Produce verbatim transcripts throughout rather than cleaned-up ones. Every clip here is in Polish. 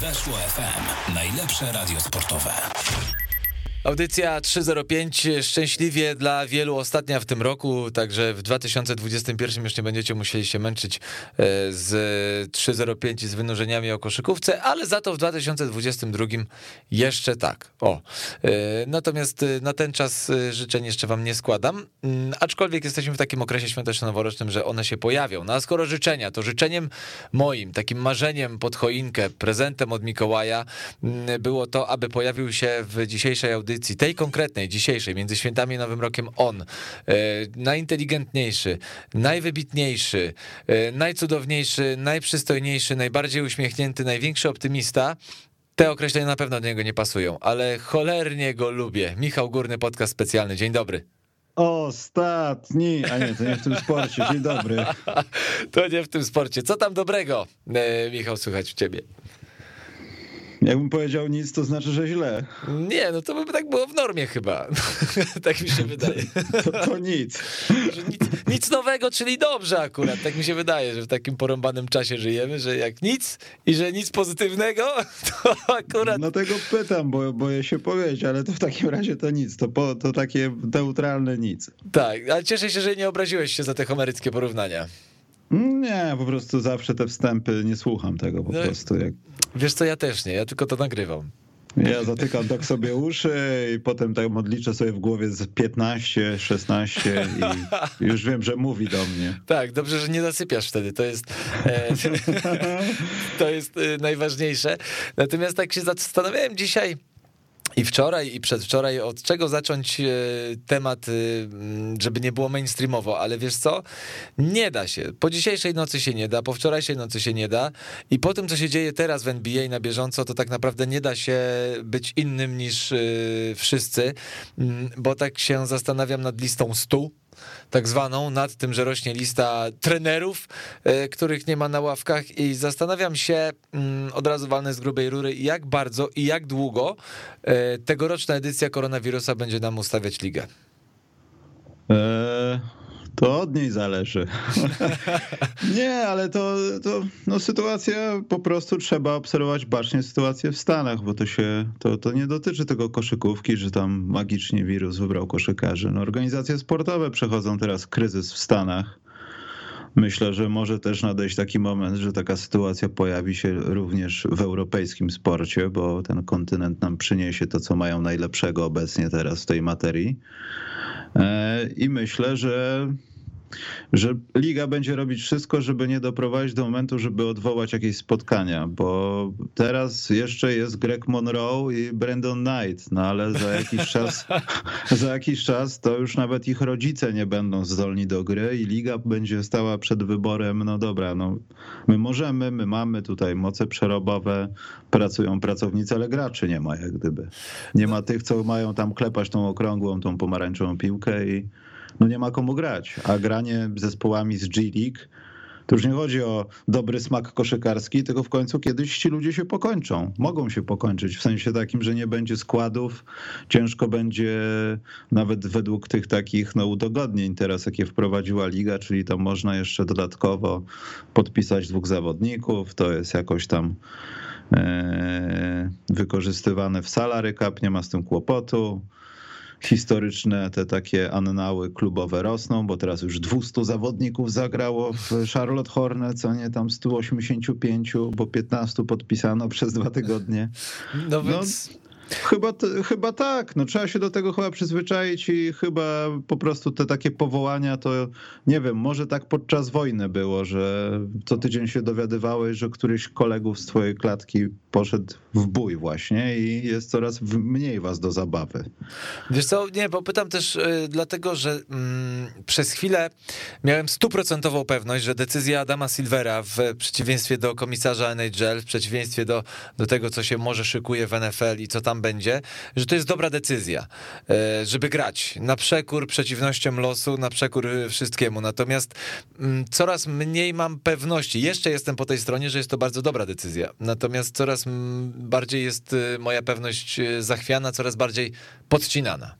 Weszło F M. Najlepsze radio sportowe. Audycja trzysta pięć, szczęśliwie dla wielu ostatnia w tym roku, także w dwa tysiące dwudziestym pierwszym już nie będziecie musieli się męczyć z trzysta pięć i z wynurzeniami o koszykówce, ale za to w dwa tysiące dwudziestym drugim jeszcze tak. O. Natomiast na ten czas życzeń jeszcze wam nie składam, aczkolwiek jesteśmy w takim okresie świąteczno-noworocznym, że one się pojawią. No a skoro życzenia, to życzeniem moim, takim marzeniem pod choinkę, prezentem od Mikołaja było to, aby pojawił się w dzisiejszej audycji, tej konkretnej, dzisiejszej, między świętami i Nowym Rokiem on, e, najinteligentniejszy, najwybitniejszy, e, najcudowniejszy, najprzystojniejszy, najbardziej uśmiechnięty, największy optymista. Te określenia na pewno do niego nie pasują, ale cholernie go lubię. Michał Górny, podcast specjalny. Dzień dobry. Ostatni, a nie, to nie w tym sporcie. Dzień dobry. To nie w tym sporcie. Co tam dobrego, e, Michał, słychać u ciebie? Jakbym powiedział nic, to znaczy, że źle. Nie, no to by tak było w normie chyba. Tak mi się wydaje. To, to, to nic. nic. Nic nowego, czyli dobrze akurat. Tak mi się wydaje, że w takim porąbanym czasie żyjemy, że jak nic i że nic pozytywnego, to akurat... No tego pytam, bo boję się powiedzieć, ale to w takim razie to nic. To, po, to takie neutralne nic. Tak, ale cieszę się, że nie obraziłeś się za te homeryckie porównania. Nie, po prostu zawsze te wstępy, nie słucham tego po no, prostu. Jak... Wiesz co, ja też nie, ja tylko to nagrywam. Ja zatykam tak sobie uszy i potem tak modliczę sobie w głowie z piętnaście, szesnaście i już wiem, że mówi do mnie. Tak, dobrze, że nie zasypiasz wtedy, to jest, e, to jest najważniejsze. Natomiast tak się zastanawiałem dzisiaj i wczoraj, i przedwczoraj, od czego zacząć temat, żeby nie było mainstreamowo, ale wiesz co? Nie da się. Po dzisiejszej nocy się nie da, po wczorajszej nocy się nie da i po tym, co się dzieje teraz w N B A na bieżąco, to tak naprawdę nie da się być innym niż wszyscy, bo tak się zastanawiam nad listą stu, tak zwaną, nad tym, że rośnie lista trenerów, których nie ma na ławkach i zastanawiam się, od razu walnę z grubej rury, jak bardzo i jak długo tegoroczna edycja koronawirusa będzie nam ustawiać ligę. Eee, to od niej zależy. Nie, ale to, to no, sytuacja po prostu trzeba obserwować bacznie sytuację w Stanach, bo to się, to, to nie dotyczy tego koszykówki, że tam magicznie wirus wybrał koszykarzy. No, organizacje sportowe przechodzą teraz kryzys w Stanach. Myślę, że może też nadejść taki moment, że taka sytuacja pojawi się również w europejskim sporcie, bo ten kontynent nam przyniesie to, co mają najlepszego obecnie teraz w tej materii. I myślę, że, że liga będzie robić wszystko, żeby nie doprowadzić do momentu, żeby odwołać jakieś spotkania, bo teraz jeszcze jest Greg Monroe i Brandon Knight, no ale za jakiś czas, za jakiś czas to już nawet ich rodzice nie będą zdolni do gry i liga będzie stała przed wyborem, no dobra, no my możemy, my mamy tutaj moce przerobowe, pracują pracownicy, ale graczy nie ma jak gdyby. Nie ma tych, co mają tam klepać tą okrągłą, tą pomarańczową piłkę i no nie ma komu grać, a granie zespołami z G League to już nie chodzi o dobry smak koszykarski, tylko w końcu kiedyś ci ludzie się pokończą. Mogą się pokończyć w sensie takim, że nie będzie składów, ciężko będzie nawet według tych takich no, udogodnień teraz, jakie wprowadziła liga, czyli tam można jeszcze dodatkowo podpisać dwóch zawodników, to jest jakoś tam wykorzystywane w salary cap, nie ma z tym kłopotu. Historyczne te takie annały klubowe rosną, bo teraz już dwieście zawodników zagrało w Charlotte Hornets, a nie tam sto osiemdziesiąt pięć, bo piętnaście podpisano przez dwa tygodnie. No więc... No. Chyba, chyba tak, no trzeba się do tego chyba przyzwyczaić i chyba po prostu te takie powołania to, nie wiem, może tak podczas wojny było, że co tydzień się dowiadywałeś, że któryś kolegów z twojej klatki poszedł w bój właśnie i jest coraz mniej was do zabawy. Wiesz co, nie, bo pytam też y, dlatego, że mm, przez chwilę miałem stuprocentową pewność, że decyzja Adama Silvera w przeciwieństwie do komisarza N H L, w przeciwieństwie do, do tego, co się może szykuje w N F L i co tam będzie, że to jest dobra decyzja, żeby grać na przekór przeciwnościom losu, na przekór wszystkiemu. Natomiast coraz mniej mam pewności, jeszcze jestem po tej stronie, że jest to bardzo dobra decyzja. Natomiast coraz bardziej jest moja pewność zachwiana, coraz bardziej podcinana.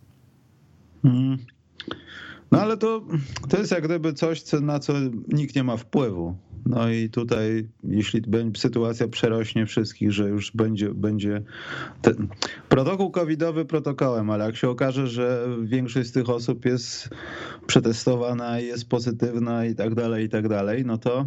No ale to, to jest jak gdyby coś, na co nikt nie ma wpływu. No i tutaj, jeśli sytuacja przerośnie wszystkich, że już będzie, będzie ten protokół covidowy protokołem, ale jak się okaże, że większość z tych osób jest przetestowana, jest pozytywna i tak dalej, i tak dalej, no to,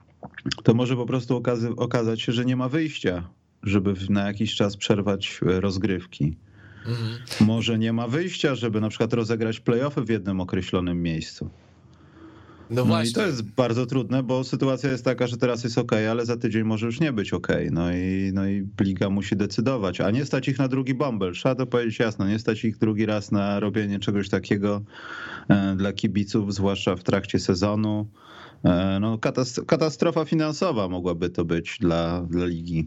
to może po prostu okazy, okazać się, że nie ma wyjścia, żeby na jakiś czas przerwać rozgrywki. Mhm. Może nie ma wyjścia, żeby na przykład rozegrać play-offy w jednym określonym miejscu. No, no i to jest bardzo trudne, bo sytuacja jest taka, że teraz jest okej, ale za tydzień może już nie być okej. No i, no i liga musi decydować, a nie stać ich na drugi bąbel. Trzeba to powiedzieć jasno, nie stać ich drugi raz na robienie czegoś takiego dla kibiców, zwłaszcza w trakcie sezonu. No, katastrofa finansowa mogłaby to być dla, dla ligi.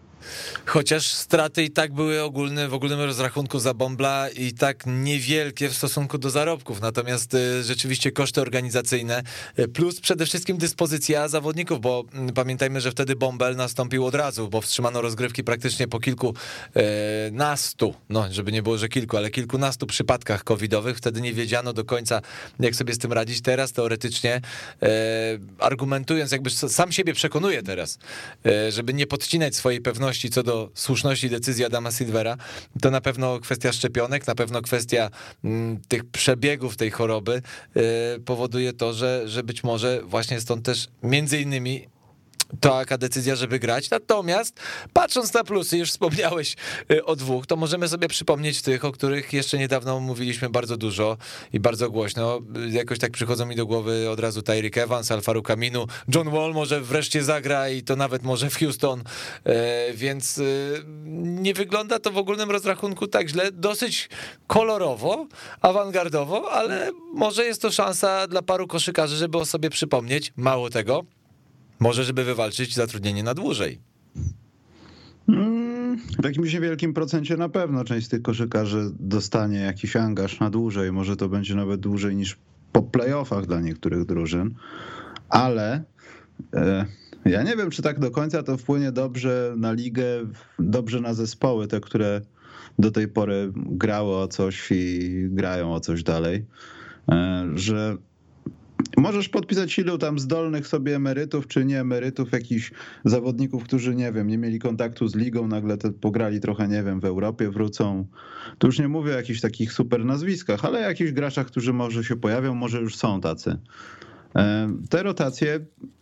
Chociaż straty i tak były ogólne, w ogólnym rozrachunku za bąbla i tak niewielkie w stosunku do zarobków, natomiast rzeczywiście koszty organizacyjne plus przede wszystkim dyspozycja zawodników, bo pamiętajmy, że wtedy bąbel nastąpił od razu, bo wstrzymano rozgrywki praktycznie po kilku e, nastu, no żeby nie było, że kilku, ale kilkunastu przypadkach covidowych, wtedy nie wiedziano do końca, jak sobie z tym radzić. Teraz teoretycznie e, argumentując, jakby sam siebie przekonuje teraz, e, żeby nie podcinać swojej pewności co do słuszności decyzji Adama Silvera, to na pewno kwestia szczepionek, na pewno kwestia m, tych przebiegów tej choroby y, powoduje to, że, że być może właśnie stąd też między innymi taka decyzja, żeby grać. Natomiast patrząc na plusy, już wspomniałeś o dwóch, to możemy sobie przypomnieć tych, o których jeszcze niedawno mówiliśmy bardzo dużo i bardzo głośno. Jakoś tak przychodzą mi do głowy od razu Tyreek Evans, Al-Farouq Aminu, John Wall może wreszcie zagra i to nawet może w Houston, więc nie wygląda to w ogólnym rozrachunku tak źle. Dosyć kolorowo, awangardowo, ale może jest to szansa dla paru koszykarzy, żeby o sobie przypomnieć. Mało tego, może, żeby wywalczyć zatrudnienie na dłużej. W jakimś niewielkim procencie na pewno część z tych koszykarzy dostanie jakiś angaż na dłużej. Może to będzie nawet dłużej niż po playoffach dla niektórych drużyn. Ale e, ja nie wiem, czy tak do końca to wpłynie dobrze na ligę, dobrze na zespoły, te, które do tej pory grały o coś i grają o coś dalej, e, że możesz podpisać ilu tam zdolnych sobie emerytów, czy nie emerytów, jakichś zawodników, którzy, nie wiem, nie mieli kontaktu z ligą, nagle te pograli trochę, nie wiem, w Europie wrócą. Tu już nie mówię o jakichś takich super nazwiskach, ale o jakichś graczach, którzy może się pojawią, może już są tacy. Te rotacje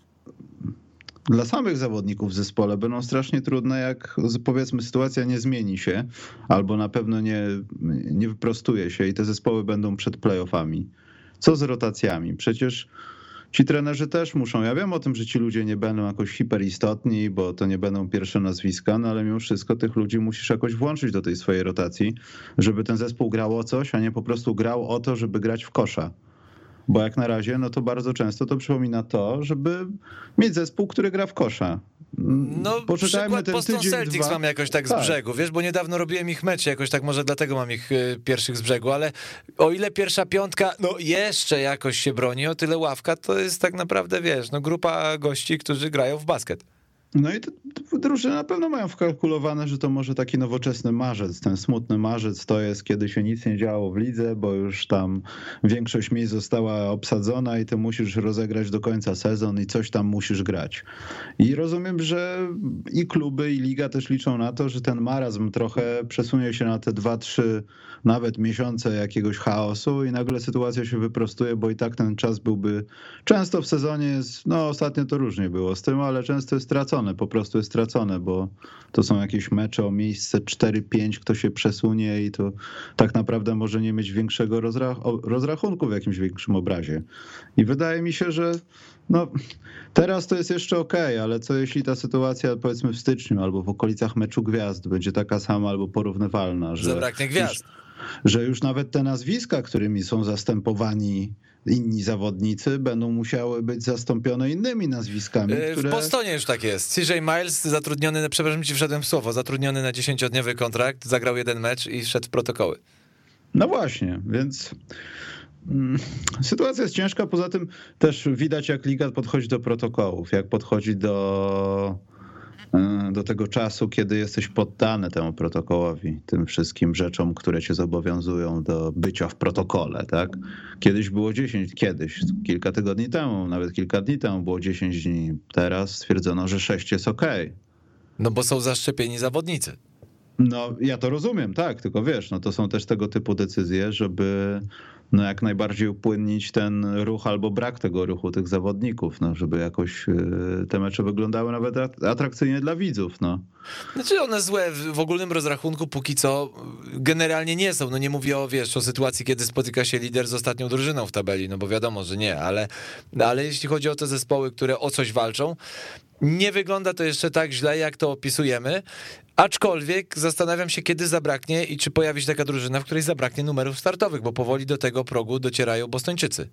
dla samych zawodników w zespole będą strasznie trudne, jak powiedzmy sytuacja nie zmieni się, albo na pewno nie, nie wyprostuje się i te zespoły będą przed playoffami. Co z rotacjami? Przecież ci trenerzy też muszą, ja wiem o tym, że ci ludzie nie będą jakoś hiperistotni, bo to nie będą pierwsze nazwiska, no ale mimo wszystko tych ludzi musisz jakoś włączyć do tej swojej rotacji, żeby ten zespół grał o coś, a nie po prostu grał o to, żeby grać w kosza. Bo jak na razie, no to bardzo często to przypomina to, żeby mieć zespół, który gra w kosza. No przykład Boston Celtics dwa. Mam jakoś tak z tak. brzegu, wiesz, bo niedawno robiłem ich mecze, jakoś tak może dlatego mam ich pierwszych z brzegu, ale o ile pierwsza piątka, no jeszcze jakoś się broni, o tyle ławka to jest tak naprawdę, wiesz, no grupa gości, którzy grają w basket. No i te drużyny na pewno mają wkalkulowane, że to może taki nowoczesny marzec, ten smutny marzec to jest, kiedy się nic nie działo w lidze, bo już tam większość miejsc została obsadzona i ty musisz rozegrać do końca sezon i coś tam musisz grać. I rozumiem, że i kluby, i liga też liczą na to, że ten marazm trochę przesunie się na te dwa, trzy nawet miesiące jakiegoś chaosu i nagle sytuacja się wyprostuje, bo i tak ten czas byłby często w sezonie, jest, no ostatnio to różnie było z tym, ale często jest stracone, po prostu jest stracone, bo to są jakieś mecze o miejsce cztery pięć, kto się przesunie i to tak naprawdę może nie mieć większego rozrach- rozrachunku w jakimś większym obrazie. I wydaje mi się, że no teraz to jest jeszcze okej, ale co jeśli ta sytuacja powiedzmy w styczniu albo w okolicach meczu gwiazd będzie taka sama albo porównywalna, że zabraknie gwiazd. Już, że już nawet te nazwiska, którymi są zastępowani inni zawodnicy, będą musiały być zastąpione innymi nazwiskami. Które... W Bostonie już tak jest. C J Miles zatrudniony, przepraszam, ci wszedłem w słowo, zatrudniony na dziesięciodniowy kontrakt, zagrał jeden mecz i wszedł w protokoły. No właśnie, więc sytuacja jest ciężka, poza tym też widać, jak liga podchodzi do protokołów, jak podchodzi do do tego czasu, kiedy jesteś poddany temu protokołowi, tym wszystkim rzeczom, które cię zobowiązują do bycia w protokole, tak? Kiedyś było dziesięć, kiedyś, kilka tygodni temu, nawet kilka dni temu było dziesięć dni. Teraz stwierdzono, że sześć jest okej. No bo są zaszczepieni zawodnicy. No ja to rozumiem, tak, tylko wiesz, no to są też tego typu decyzje, żeby no jak najbardziej upłynnić ten ruch albo brak tego ruchu tych zawodników, no żeby jakoś te mecze wyglądały nawet atrakcyjnie dla widzów, no. Znaczy one złe w ogólnym rozrachunku póki co generalnie nie są, no nie mówię o, wiesz, o sytuacji, kiedy spotyka się lider z ostatnią drużyną w tabeli, no bo wiadomo, że nie, ale, ale jeśli chodzi o te zespoły, które o coś walczą, nie wygląda to jeszcze tak źle, jak to opisujemy, aczkolwiek zastanawiam się, kiedy zabraknie i czy pojawi się taka drużyna, w której zabraknie numerów startowych, bo powoli do tego progu docierają Bostończycy.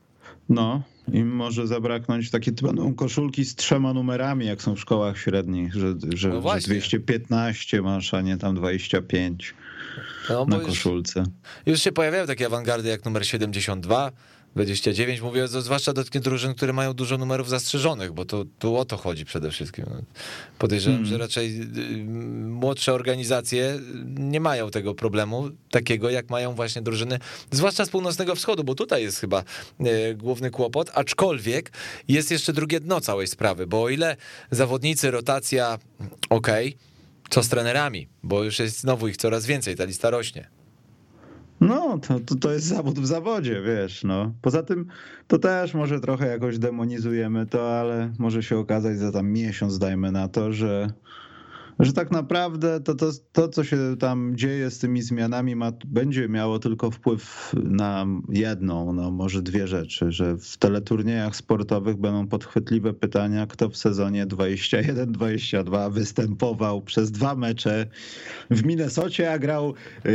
No, im może zabraknąć takie będą koszulki z trzema numerami, jak są w szkołach średnich, że, że, no że dwieście piętnaście masz, a nie tam dwadzieścia pięć no, na koszulce. Już, już się pojawiają takie awangardy jak numer siedemdziesiąt dwa, dwadzieścia dziewięć, mówię, zwłaszcza do takich drużyn, które mają dużo numerów zastrzeżonych, bo to, to o to chodzi przede wszystkim. Podejrzewam, hmm. że raczej młodsze organizacje nie mają tego problemu, takiego jak mają właśnie drużyny, zwłaszcza z północnego wschodu, bo tutaj jest chyba główny kłopot, aczkolwiek jest jeszcze drugie dno całej sprawy, bo o ile zawodnicy, rotacja, okej, okay, co z trenerami, bo już jest znowu ich coraz więcej, ta lista rośnie. No, to, to, to jest zawód w zawodzie, wiesz, no. Poza tym to też może trochę jakoś demonizujemy to, ale może się okazać za tam miesiąc, dajmy na to, że, że tak naprawdę to, to, to, co się tam dzieje z tymi zmianami ma, będzie miało tylko wpływ na jedną, no może dwie rzeczy, że w teleturniejach sportowych będą podchwytliwe pytania, kto w sezonie dwadzieścia jeden dwadzieścia dwa występował przez dwa mecze w Minnesocie, a grał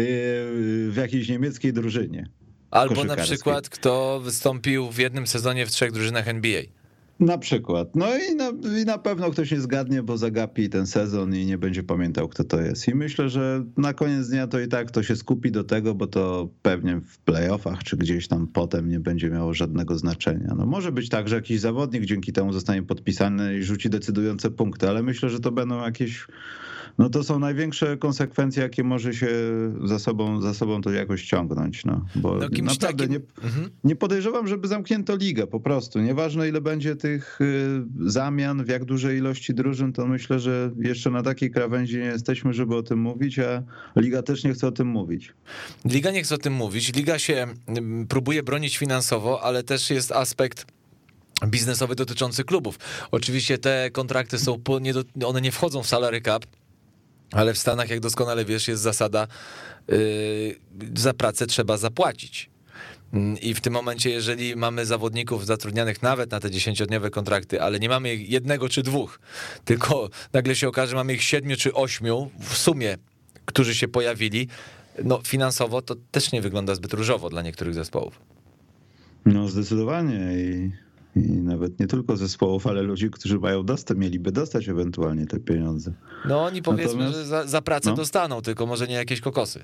w jakiejś niemieckiej drużynie. Albo na przykład kto wystąpił w jednym sezonie w trzech drużynach N B A. Na przykład. No i na, i na pewno ktoś nie zgadnie, bo zagapi ten sezon i nie będzie pamiętał, kto to jest. I myślę, że na koniec dnia to i tak to się skupi do tego, bo to pewnie w playoffach czy gdzieś tam potem nie będzie miało żadnego znaczenia. No może być tak, że jakiś zawodnik dzięki temu zostanie podpisany i rzuci decydujące punkty, ale myślę, że to będą jakieś... No to są największe konsekwencje, jakie może się za sobą, za sobą to jakoś ciągnąć. No, bo no naprawdę takim... nie, mhm. nie podejrzewam, żeby zamknięto ligę po prostu. Nieważne ile będzie tych zamian, w jak dużej ilości drużyn, to myślę, że jeszcze na takiej krawędzi nie jesteśmy, żeby o tym mówić, a liga też nie chce o tym mówić. Liga nie chce o tym mówić. Liga się próbuje bronić finansowo, ale też jest aspekt biznesowy dotyczący klubów. Oczywiście te kontrakty są, po, nie do, one nie wchodzą w salary cap, ale w Stanach, jak doskonale wiesz, jest zasada, yy, za pracę trzeba zapłacić. I w tym momencie, jeżeli mamy zawodników zatrudnianych nawet na te dziesięciodniowe kontrakty, ale nie mamy jednego czy dwóch, tylko nagle się okaże, że mamy ich siedmiu czy ośmiu w sumie, którzy się pojawili, no finansowo to też nie wygląda zbyt różowo dla niektórych zespołów. No zdecydowanie i... I nawet nie tylko zespołów, ale ludzi, którzy mają dostęp, mieliby dostać ewentualnie te pieniądze. No oni powiedzmy, Natomiast, że za, za pracę no. dostaną, tylko może nie jakieś kokosy.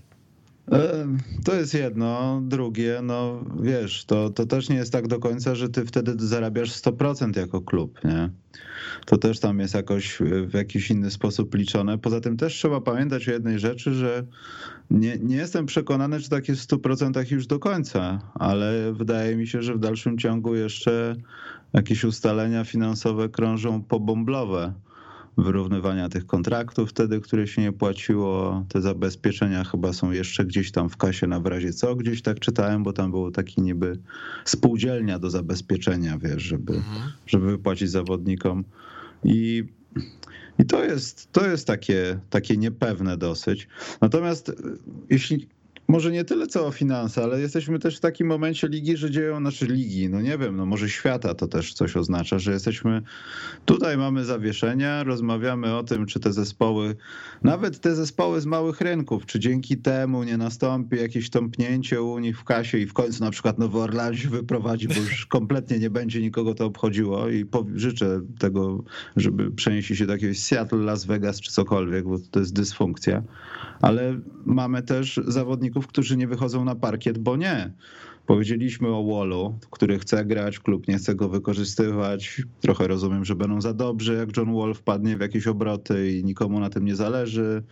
To jest jedno, drugie, no wiesz, to, to też nie jest tak do końca, że ty wtedy zarabiasz sto procent jako klub, nie? To też tam jest jakoś w jakiś inny sposób liczone. Poza tym też trzeba pamiętać o jednej rzeczy, że nie, nie jestem przekonany, czy tak jest w stu procentach już do końca, ale wydaje mi się, że w dalszym ciągu jeszcze jakieś ustalenia finansowe krążą pobąblowe. Wyrównywania tych kontraktów wtedy, które się nie płaciło. Te zabezpieczenia chyba są jeszcze gdzieś tam w kasie na w razie co, gdzieś tak czytałem, bo tam było taki niby spółdzielnia do zabezpieczenia, wiesz, żeby, mhm. żeby wypłacić zawodnikom. I, i to jest, to jest takie, takie niepewne dosyć. Natomiast jeśli... Może nie tyle co o finanse, ale jesteśmy też w takim momencie ligi, że dzieją, znaczy ligi, no nie wiem, no może świata to też coś oznacza, że jesteśmy, tutaj mamy zawieszenia, rozmawiamy o tym, czy te zespoły, nawet te zespoły z małych rynków, czy dzięki temu nie nastąpi jakieś tąpnięcie u nich w kasie i w końcu na przykład Nowy Orleans się wyprowadzi, bo już kompletnie nie będzie nikogo to obchodziło i życzę tego, żeby przenieśli się do jakiegoś Seattle, Las Vegas czy cokolwiek, bo to jest dysfunkcja, ale mamy też zawodników, którzy nie wychodzą na parkiet, bo nie. Powiedzieliśmy o Wallu, który chce grać, klub nie chce go wykorzystywać. Trochę rozumiem, że będą za dobrzy, jak John Wall wpadnie w jakieś obroty i nikomu na tym nie zależy.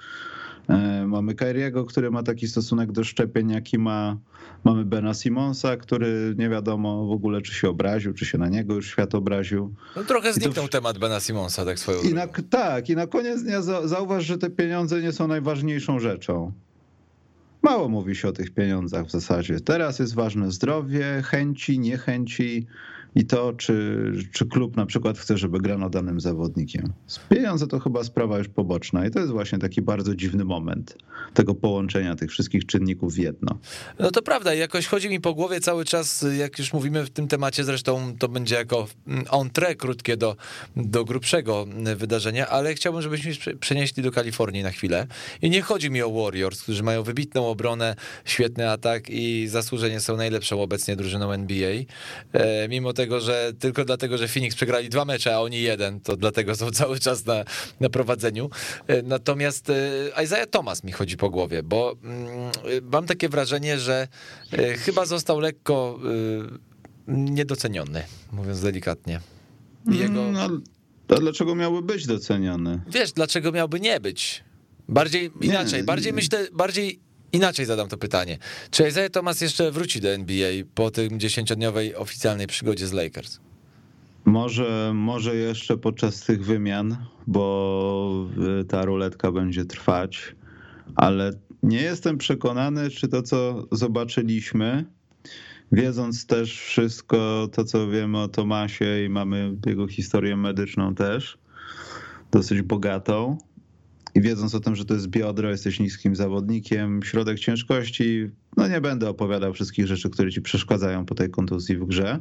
Mamy Kyriego, który ma taki stosunek do szczepień, jaki ma. Mamy Bena Simonsa, który nie wiadomo w ogóle, czy się obraził, czy się na niego już świat obraził. No trochę zniknął to... temat Bena Simonsa, tak swoją I na, Tak, i na koniec dnia zauważ, że te pieniądze nie są najważniejszą rzeczą. Mało mówi się o tych pieniądzach w zasadzie. Teraz jest ważne zdrowie, chęci, niechęci i to, czy, czy klub na przykład chce, żeby grano danym zawodnikiem. Pieniądze to chyba sprawa już poboczna i to jest właśnie taki bardzo dziwny moment tego połączenia tych wszystkich czynników w jedno. No to prawda, jakoś chodzi mi po głowie cały czas, jak już mówimy w tym temacie, zresztą to będzie jako entrée krótkie do, do grubszego wydarzenia, ale chciałbym, żebyśmy się przenieśli do Kalifornii na chwilę. I nie chodzi mi o Warriors, którzy mają wybitną obronę, świetny atak i zasłużenie są najlepszą obecnie drużyną N B A. E, mimo tego, że tylko dlatego, że Phoenix przegrali dwa mecze, a oni jeden, to dlatego są cały czas na, na prowadzeniu. E, natomiast e, Isaiah Thomas mi chodzi po głowie, bo mm, mam takie wrażenie, że e, chyba został lekko e, niedoceniony, mówiąc delikatnie. Jego... No, a dlaczego miałby być doceniony? Wiesz, dlaczego miałby nie być? Bardziej inaczej, nie, bardziej nie. myślę, bardziej inaczej zadam to pytanie. Czy Isaiah Thomas jeszcze wróci do N B A po tym dziesięciodniowej oficjalnej przygodzie z Lakers? Może, może jeszcze podczas tych wymian, bo ta ruletka będzie trwać, ale nie jestem przekonany, czy to, co zobaczyliśmy, wiedząc też wszystko to, co wiemy o Thomasie i mamy jego historię medyczną też, dosyć bogatą, i wiedząc o tym, że to jest biodro, jesteś niskim zawodnikiem, środek ciężkości, no nie będę opowiadał wszystkich rzeczy, które ci przeszkadzają po tej kontuzji w grze.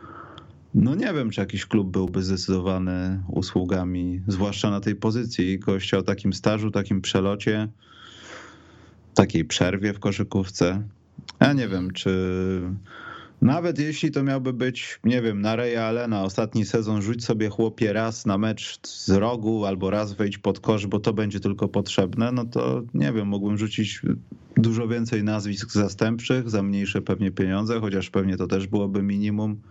No nie wiem, czy jakiś klub byłby zdecydowany usługami, zwłaszcza na tej pozycji gościa o takim stażu, takim przelocie, takiej przerwie w koszykówce. Ja nie wiem, czy nawet jeśli to miałby być, nie wiem, na Raya Allena ostatni sezon, rzuć sobie chłopie raz na mecz z rogu albo raz wejdź pod kosz, bo to będzie tylko potrzebne, no to nie wiem, mógłbym rzucić dużo więcej nazwisk zastępczych za mniejsze pewnie pieniądze, chociaż pewnie to też byłoby minimum.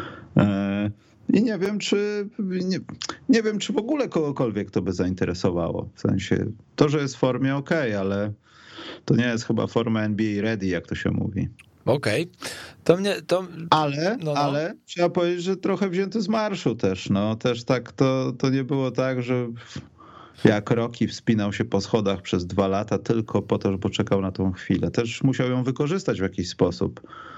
I nie wiem, czy nie, nie wiem, czy w ogóle kogokolwiek to by zainteresowało. W sensie to, że jest w formie, okej, okay, ale to nie jest chyba forma N B A ready, jak to się mówi. Okej, okay. to mnie to. Ale, no, no. ale trzeba powiedzieć, że trochę wzięty z marszu też. No też tak to, to nie było tak, że jak Rocky wspinał się po schodach przez dwa lata tylko po to, że poczekał na tą chwilę. Też musiał ją wykorzystać w jakiś sposób.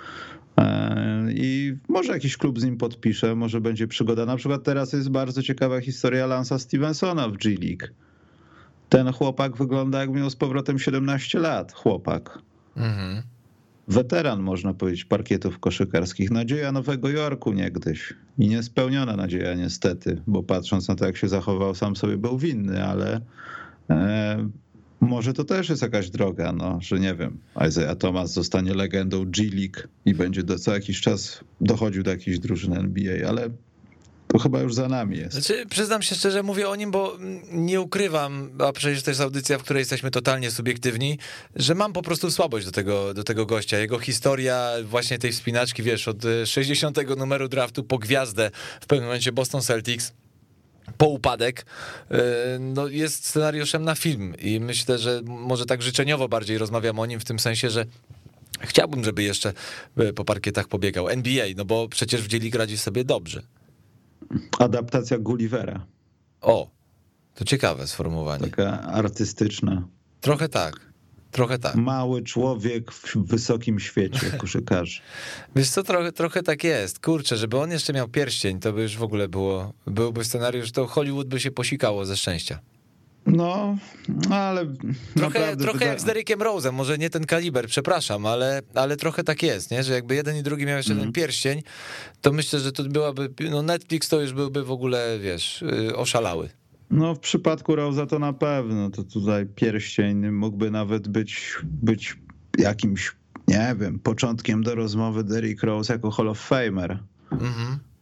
I może jakiś klub z nim podpisze, może będzie przygoda. Na przykład teraz jest bardzo ciekawa historia Lance'a Stevensona w G League. Ten chłopak wygląda, jak miał z powrotem siedemnaście lat. Chłopak. Mhm. Weteran, można powiedzieć, parkietów koszykarskich. Nadzieja Nowego Jorku niegdyś. I niespełniona nadzieja niestety, bo patrząc na to, jak się zachował, sam sobie był winny, ale e, może to też jest jakaś droga, no, że nie wiem, Isaiah Thomas zostanie legendą G League i będzie do, co jakiś czas dochodził do jakiejś drużyny N B A, ale to chyba już za nami jest. Znaczy, przyznam się szczerze, mówię o nim, bo nie ukrywam, a przecież to jest audycja, w której jesteśmy totalnie subiektywni, że mam po prostu słabość do tego, do tego gościa. Jego historia właśnie tej wspinaczki, wiesz, od sześćdziesiątego numeru draftu po gwiazdę w pewnym momencie Boston Celtics, po upadek, no jest scenariuszem na film i myślę, że może tak życzeniowo bardziej rozmawiam o nim w tym sensie, że chciałbym, żeby jeszcze po parkietach pobiegał. N B A, no bo przecież w G League radzi sobie dobrze. Adaptacja Gullivera. O, to ciekawe sformułowanie. Taka artystyczna. Trochę tak, trochę tak. Mały człowiek w wysokim świecie koszykarzy. Wiesz co, trochę, trochę tak jest. Kurczę, żeby on jeszcze miał pierścień, to by już w ogóle było, byłby scenariusz, to Hollywood by się posikało ze szczęścia. No, ale trochę, trochę wyda... jak z Derrickiem Rose'em, może nie ten kaliber, przepraszam, ale, ale trochę tak jest, nie? Że jakby jeden i drugi miał jeszcze mm. ten pierścień, to myślę, że to byłaby, no Netflix to już byłby w ogóle, wiesz, oszalały. No w przypadku Rose'a to na pewno, to tutaj pierścień mógłby nawet być, być jakimś, nie wiem, początkiem do rozmowy Derrick Rose jako Hall of Famer. Mhm.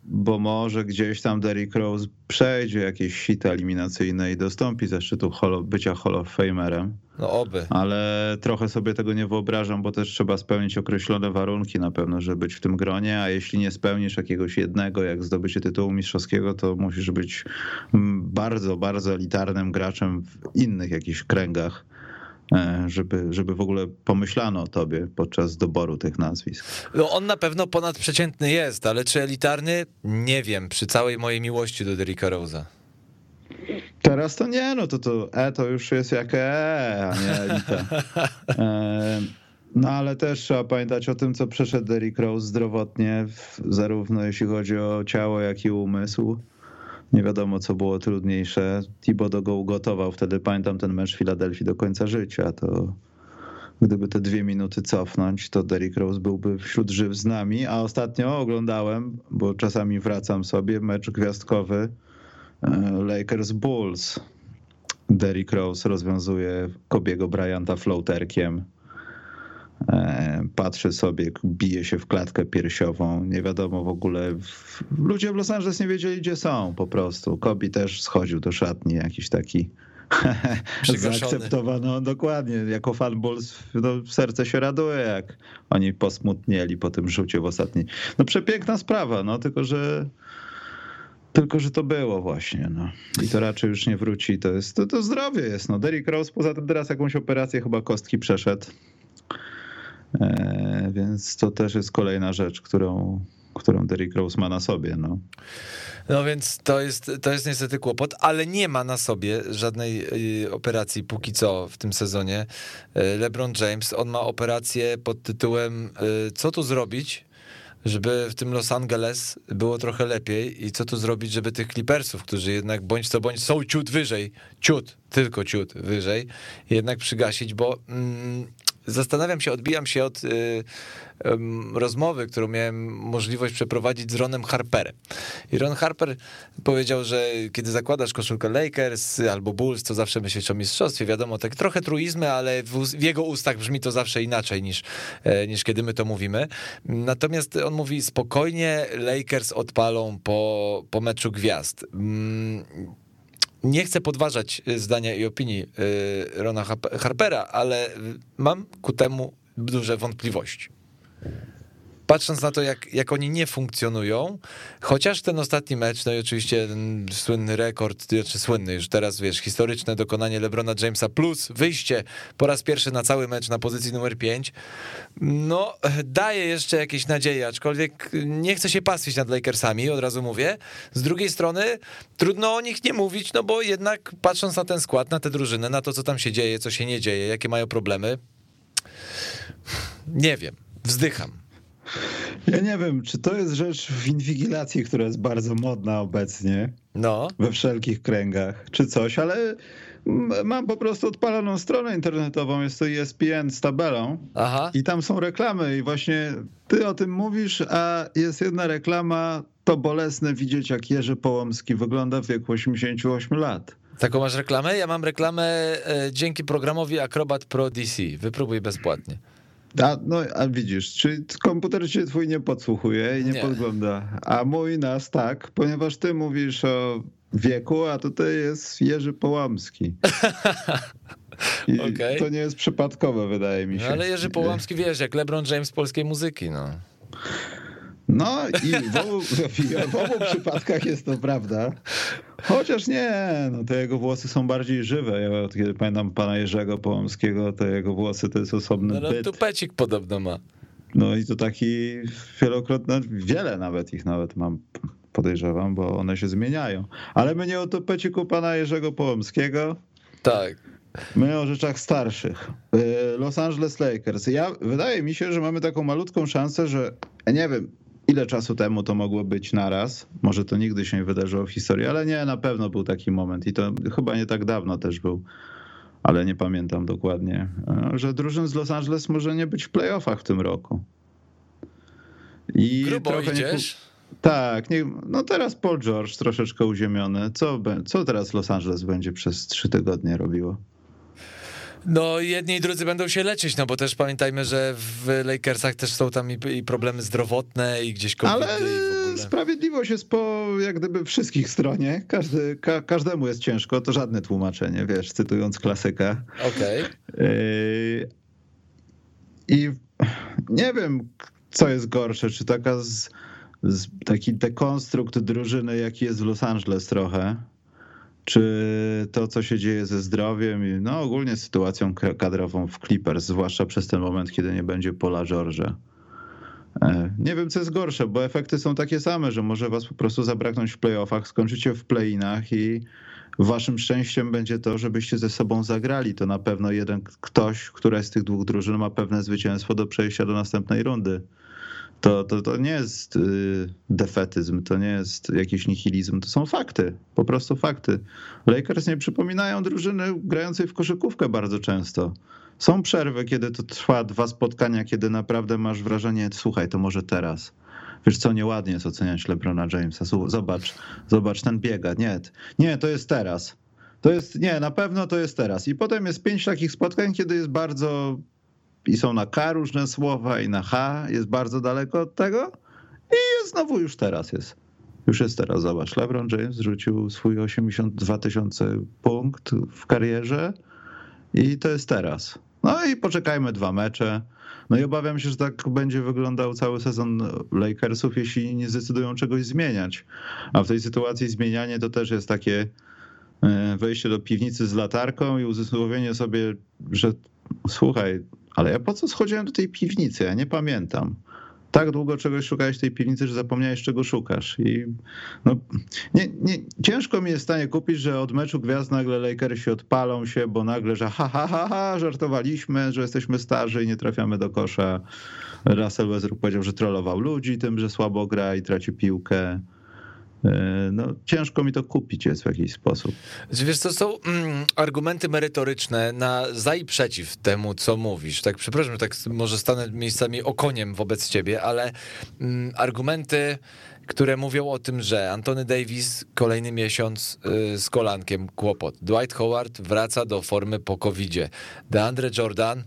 bo może gdzieś tam Derrick Rose przejdzie jakieś sity eliminacyjne i dostąpi ze szczytu holo, bycia Hall of Famerem. No oby. Ale trochę sobie tego nie wyobrażam, bo też trzeba spełnić określone warunki na pewno, żeby być w tym gronie, a jeśli nie spełnisz jakiegoś jednego, jak zdobycie tytułu mistrzowskiego, to musisz być bardzo, bardzo elitarnym graczem w innych jakichś kręgach, żeby, żeby w ogóle pomyślano o tobie podczas doboru tych nazwisk. No on na pewno ponadprzeciętny jest, ale czy elitarny? Nie wiem, przy całej mojej miłości do Derricka Rose'a. Teraz to nie, no to to E to już jest jak E, a nie elita. No ale też trzeba pamiętać o tym, co przeszedł Derrick Rose zdrowotnie, zarówno jeśli chodzi o ciało, jak i umysł. Nie wiadomo, co było trudniejsze. Thibodeau go ugotował wtedy, pamiętam ten mecz w Filadelfii do końca życia, to gdyby te dwie minuty cofnąć, to Derrick Rose byłby wśród żyw z nami, a ostatnio oglądałem, bo czasami wracam sobie, mecz gwiazdkowy Lakers Bulls. Derrick Rose rozwiązuje Kobiego Bryanta floaterkiem. Patrzy sobie, bije się w klatkę piersiową. Nie wiadomo w ogóle. Ludzie w Los Angeles nie wiedzieli, gdzie są po prostu. Kobe też schodził do szatni, jakiś taki zaakceptowano. Dokładnie. Jako fan Bulls no, serce się raduje, jak oni posmutnieli po tym rzucie w ostatniej. No przepiękna sprawa, no tylko że Tylko, że to było właśnie, no. I to raczej już nie wróci. To jest, to, to zdrowie jest, no. Derrick Rose poza tym teraz jakąś operację chyba kostki przeszedł. E, więc to też jest kolejna rzecz, którą, którą Derrick Rose ma na sobie, no. No więc to jest, to jest niestety kłopot, ale nie ma na sobie żadnej operacji póki co w tym sezonie. LeBron James, on ma operację pod tytułem co tu zrobić, żeby w tym Los Angeles było trochę lepiej i co tu zrobić, żeby tych Clippersów, którzy jednak bądź co bądź są ciut wyżej, ciut, tylko ciut wyżej, jednak przygasić, bo mm, zastanawiam się, odbijam się od y, y, rozmowy, którą miałem możliwość przeprowadzić z Ronem Harperem. I Ron Harper powiedział, że kiedy zakładasz koszulkę Lakers albo Bulls, to zawsze myślisz o mistrzostwie. Wiadomo, tak trochę truizmy, ale w, w jego ustach brzmi to zawsze inaczej niż, niż kiedy my to mówimy. Natomiast on mówi, spokojnie Lakers odpalą po, po meczu gwiazd. Nie chcę podważać zdania i opinii Rona Harpera, ale mam ku temu duże wątpliwości. Patrząc na to, jak, jak oni nie funkcjonują, chociaż ten ostatni mecz, no i oczywiście ten słynny rekord, czy słynny już teraz, wiesz, historyczne dokonanie LeBrona Jamesa plus wyjście po raz pierwszy na cały mecz na pozycji numer pięć, no daje jeszcze jakieś nadzieje, aczkolwiek nie chcę się pastwić nad Lakersami, od razu mówię. Z drugiej strony trudno o nich nie mówić, no bo jednak patrząc na ten skład, na tę drużynę, na to, co tam się dzieje, co się nie dzieje, jakie mają problemy, nie wiem, wzdycham. Ja nie wiem, czy to jest rzecz w inwigilacji, która jest bardzo modna obecnie, no. we wszelkich kręgach, czy coś, ale mam po prostu odpaloną stronę internetową, jest to E S P N z tabelą. Aha. I tam są reklamy i właśnie ty o tym mówisz, a jest jedna reklama, to bolesne widzieć, jak Jerzy Połomski wygląda w wieku osiemdziesięciu ośmiu lat. Taką masz reklamę? Ja mam reklamę e, dzięki programowi Acrobat Pro D C. Wypróbuj bezpłatnie. A, no, a widzisz, czy komputer cię twój nie podsłuchuje i nie, nie podgląda, a mój nas tak, ponieważ ty mówisz o wieku, a tutaj jest Jerzy Połomski. I okay. To nie jest przypadkowe, wydaje mi się. No, ale Jerzy Połomski, wiesz, jak LeBron James polskiej muzyki, no. No i w obu, w obu przypadkach jest to prawda. Chociaż nie, no te jego włosy są bardziej żywe. Ja od kiedy pamiętam pana Jerzego Połomskiego, to jego włosy to jest osobny no, byt. No tupecik podobno ma. No i to taki wielokrotnie, wiele nawet ich nawet mam, podejrzewam, bo one się zmieniają. Ale my nie o tupeciku pana Jerzego Połomskiego. Tak. My o rzeczach starszych. Los Angeles Lakers. Ja, wydaje mi się, że mamy taką malutką szansę, że nie wiem, ile czasu temu to mogło być naraz. Może to nigdy się nie wydarzyło w historii, ale nie, na pewno był taki moment i to chyba nie tak dawno też był, ale nie pamiętam dokładnie, że drużyn z Los Angeles może nie być w playoffach w tym roku. I grubo idziesz? Nie... Tak, nie... no teraz Paul George troszeczkę uziemiony. Co, co teraz Los Angeles będzie przez trzy tygodnie robiło? No jedni i drudzy będą się leczyć, no bo też pamiętajmy, że w Lakersach też są tam i, i problemy zdrowotne i gdzieś COVID ale i w ogóle. sprawiedliwość jest po jak gdyby wszystkich stronie. Każdy, ka, każdemu jest ciężko, to żadne tłumaczenie, wiesz, cytując klasyka. Okej. Okay. I nie wiem, co jest gorsze, czy taka z, z, taki dekonstrukt drużyny, jaki jest w Los Angeles trochę, czy to, co się dzieje ze zdrowiem i no ogólnie sytuacją kadrową w Clippers, zwłaszcza przez ten moment, kiedy nie będzie Paula George'a. Nie wiem, co jest gorsze, bo efekty są takie same, że może was po prostu zabraknąć w playoffach, skończycie w play-inach i waszym szczęściem będzie to, żebyście ze sobą zagrali. To na pewno jeden ktoś, któraś z tych dwóch drużyn ma pewne zwycięstwo do przejścia do następnej rundy. To, to, to nie jest defetyzm, to nie jest jakiś nihilizm, to są fakty, po prostu fakty. Lakers nie przypominają drużyny grającej w koszykówkę bardzo często. Są przerwy, kiedy to trwa dwa spotkania, kiedy naprawdę masz wrażenie, słuchaj, to może teraz. Wiesz co, nieładnie jest oceniać LeBrona Jamesa. Zobacz, zobacz, ten biega. Nie, nie, to jest teraz. To jest, nie, na pewno to jest teraz. I potem jest pięć takich spotkań, kiedy jest bardzo, i są na K różne słowa, i na H, jest bardzo daleko od tego. I jest znowu już teraz jest. Już jest teraz, zobacz. LeBron James rzucił swój osiemdziesiąt dwa tysiące punkt w karierze i to jest teraz. No i poczekajmy dwa mecze. No i obawiam się, że tak będzie wyglądał cały sezon Lakersów, jeśli nie zdecydują czegoś zmieniać. A w tej sytuacji zmienianie to też jest takie wejście do piwnicy z latarką i uzmysłowienie sobie, że słuchaj, ale ja po co schodziłem do tej piwnicy? Ja nie pamiętam. Tak długo czegoś szukałeś w tej piwnicy, że zapomniałeś, czego szukasz. I no, nie, nie, ciężko mi jest w stanie kupić, że od meczu gwiazd nagle Lakersi odpalą się, bo nagle, że ha, ha, ha, ha, żartowaliśmy, że jesteśmy starzy i nie trafiamy do kosza. Russell Westbrook powiedział, że trollował ludzi tym, że słabo gra i traci piłkę. No, ciężko mi to kupić jest w jakiś sposób. Wiesz, to są mm, argumenty merytoryczne na za i przeciw temu, co mówisz. Tak, przepraszam, że tak może stanę miejscami okoniem wobec ciebie, ale mm, argumenty, które mówią o tym, że Anthony Davis kolejny miesiąc y, z kolankiem kłopot. Dwight Howard wraca do formy po kowidzie. DeAndre Jordan,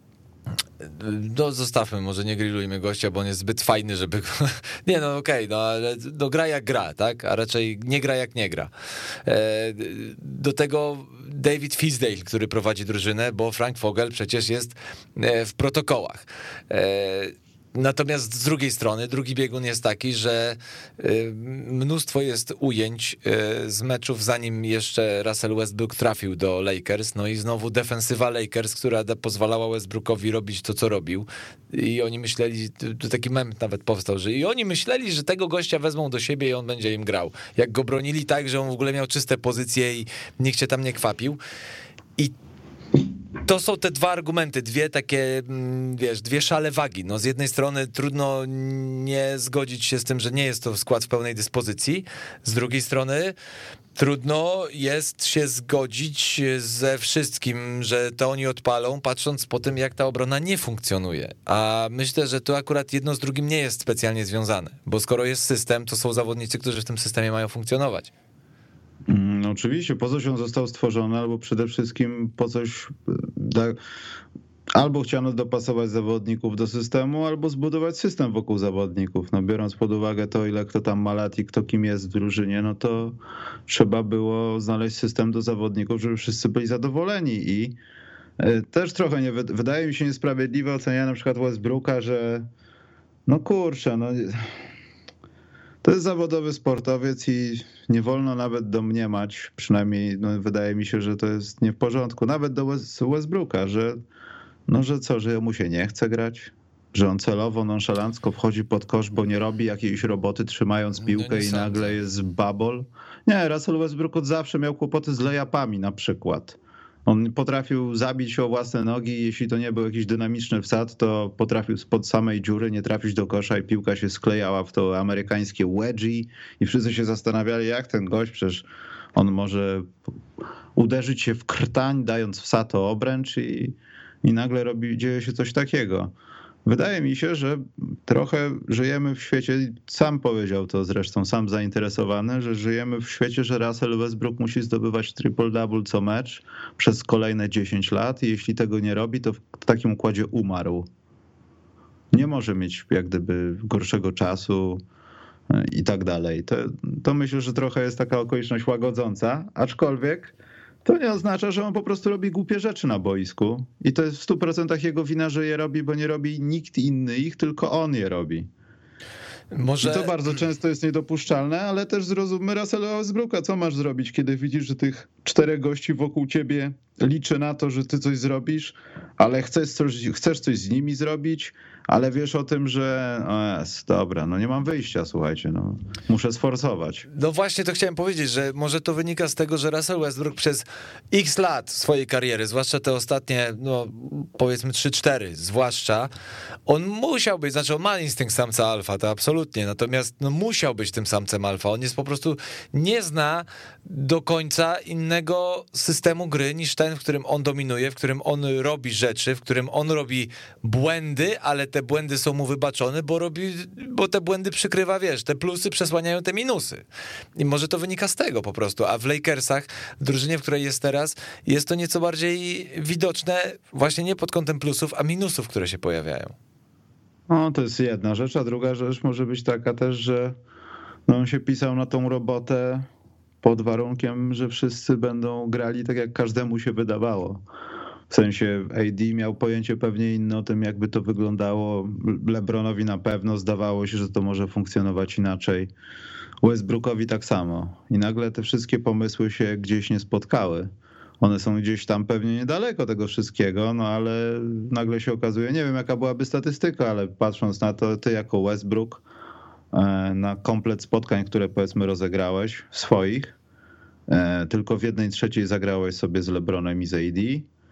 no zostawmy, może nie grillujmy gościa, bo on jest zbyt fajny, żeby... Nie, no okej, okay, no ale no, gra jak gra, tak? A raczej nie gra jak nie gra. Do tego David Fisdale, który prowadzi drużynę, bo Frank Vogel przecież jest w protokołach. Natomiast z drugiej strony drugi biegun jest taki, że mnóstwo jest ujęć z meczów, zanim jeszcze Russell Westbrook trafił do Lakers, no i znowu defensywa Lakers, która pozwalała Westbrookowi robić to, co robił i oni myśleli, to taki mem nawet powstał, że i oni myśleli, że tego gościa wezmą do siebie i on będzie im grał. Jak go bronili tak, że on w ogóle miał czyste pozycje i nikt się tam nie kwapił. I to są te dwa argumenty, dwie takie, wiesz, dwie szale wagi. No z jednej strony trudno nie zgodzić się z tym, że nie jest to skład w pełnej dyspozycji, z drugiej strony trudno jest się zgodzić ze wszystkim, że to oni odpalą, patrząc po tym, jak ta obrona nie funkcjonuje. A myślę, że to akurat jedno z drugim nie jest specjalnie związane, bo skoro jest system, to są zawodnicy, którzy w tym systemie mają funkcjonować. No oczywiście, po coś on został stworzony, albo przede wszystkim po coś da, albo chciano dopasować zawodników do systemu, albo zbudować system wokół zawodników. No biorąc pod uwagę to, ile kto tam ma lat i kto kim jest w drużynie, no to trzeba było znaleźć system do zawodników, żeby wszyscy byli zadowoleni i też trochę nie, wydaje mi się niesprawiedliwe ocenianie na przykład Westbrooka, że no kurczę, no... To jest zawodowy sportowiec i nie wolno nawet domniemać, przynajmniej no, wydaje mi się, że to jest nie w porządku, nawet do Westbrooka, że no, że co, że mu się nie chce grać, że on celowo, nonszalancko wchodzi pod kosz, bo nie robi jakiejś roboty trzymając piłkę no i sądzę. Nagle jest bubble. Nie, Russell Westbrook od zawsze miał kłopoty z layupami na przykład. On potrafił zabić o własne nogi, jeśli to nie był jakiś dynamiczny wsad, to potrafił spod samej dziury nie trafić do kosza i piłka się sklejała w to amerykańskie wedgie i wszyscy się zastanawiali, jak ten gość, przecież on może uderzyć się w krtań, dając wsad o obręcz i, i nagle robi, dzieje się coś takiego. Wydaje mi się, że trochę żyjemy w świecie, sam powiedział to zresztą, sam zainteresowany, że żyjemy w świecie, że Russell Westbrook musi zdobywać triple-double co mecz przez kolejne dziesięć lat i jeśli tego nie robi, to w takim układzie umarł. Nie może mieć jak gdyby gorszego czasu, i tak dalej. To, to myślę, że trochę jest taka okoliczność łagodząca, aczkolwiek to nie oznacza, że on po prostu robi głupie rzeczy na boisku i to jest w stu procentach jego wina, że je robi, bo nie robi nikt inny ich, tylko on je robi. Może... I to bardzo często jest niedopuszczalne, ale też zrozummy Russella Westbrooka. Co masz zrobić, kiedy widzisz, że tych czterech gości wokół ciebie liczy na to, że ty coś zrobisz, ale chcesz coś, chcesz coś z nimi zrobić, ale wiesz o tym, że o jest, dobra, no nie mam wyjścia, słuchajcie, no muszę sforsować. No właśnie to chciałem powiedzieć, że może to wynika z tego, że Russell Westbrook przez x lat swojej kariery, zwłaszcza te ostatnie, no powiedzmy trzy cztery, zwłaszcza, on musiał być, znaczy on ma instynkt samca alfa, to absolutnie, natomiast no musiał być tym samcem alfa, on jest po prostu, nie zna do końca innego systemu gry niż ten, w którym on dominuje, w którym on robi rzeczy, w którym on robi błędy, ale te błędy są mu wybaczone, bo robi, bo te błędy przykrywa, wiesz, te plusy przesłaniają te minusy. I może to wynika z tego po prostu, a w Lakersach, w drużynie, w której jest teraz, jest to nieco bardziej widoczne właśnie nie pod kątem plusów, a minusów, które się pojawiają. No, to jest jedna rzecz, a druga rzecz może być taka też, że no, on się pisał na tą robotę pod warunkiem, że wszyscy będą grali tak, jak każdemu się wydawało. W sensie A D miał pojęcie pewnie inne o tym, jakby to wyglądało. LeBronowi na pewno zdawało się, że to może funkcjonować inaczej. Westbrookowi tak samo. I nagle te wszystkie pomysły się gdzieś nie spotkały. One są gdzieś tam pewnie niedaleko tego wszystkiego, no ale nagle się okazuje, nie wiem jaka byłaby statystyka, ale patrząc na to, ty jako Westbrook na komplet spotkań, które powiedzmy rozegrałeś swoich, tylko w jednej trzeciej zagrałeś sobie z LeBronem i z A D.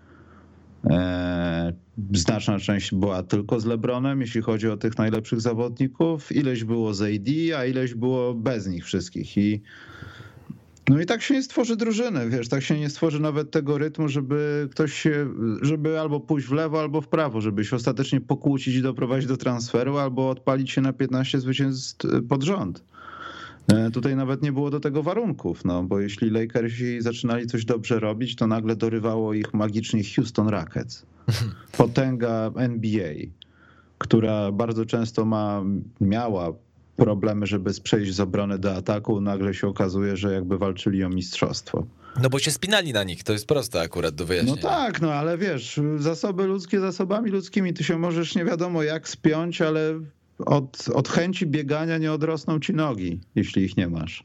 Znaczna część była tylko z LeBronem, jeśli chodzi o tych najlepszych zawodników. Ileś było z A D, a ileś było bez nich wszystkich. I no i tak się nie stworzy drużyny, wiesz, tak się nie stworzy nawet tego rytmu, żeby ktoś się, żeby albo pójść w lewo, albo w prawo, żeby się ostatecznie pokłócić i doprowadzić do transferu, albo odpalić się na piętnaście zwycięstw pod rząd. Tutaj nawet nie było do tego warunków, no bo jeśli Lakersi zaczynali coś dobrze robić, to nagle dorywało ich magicznie Houston Rockets. Potęga N B A, która bardzo często ma, miała problemy, żeby przejść z obrony do ataku, nagle się okazuje, że jakby walczyli o mistrzostwo. No bo się spinali na nich, to jest proste akurat do wyjaśnienia. No tak, no ale wiesz, zasoby ludzkie zasobami ludzkimi, ty się możesz nie wiadomo jak spiąć, ale od, od chęci biegania nie odrosną ci nogi, jeśli ich nie masz.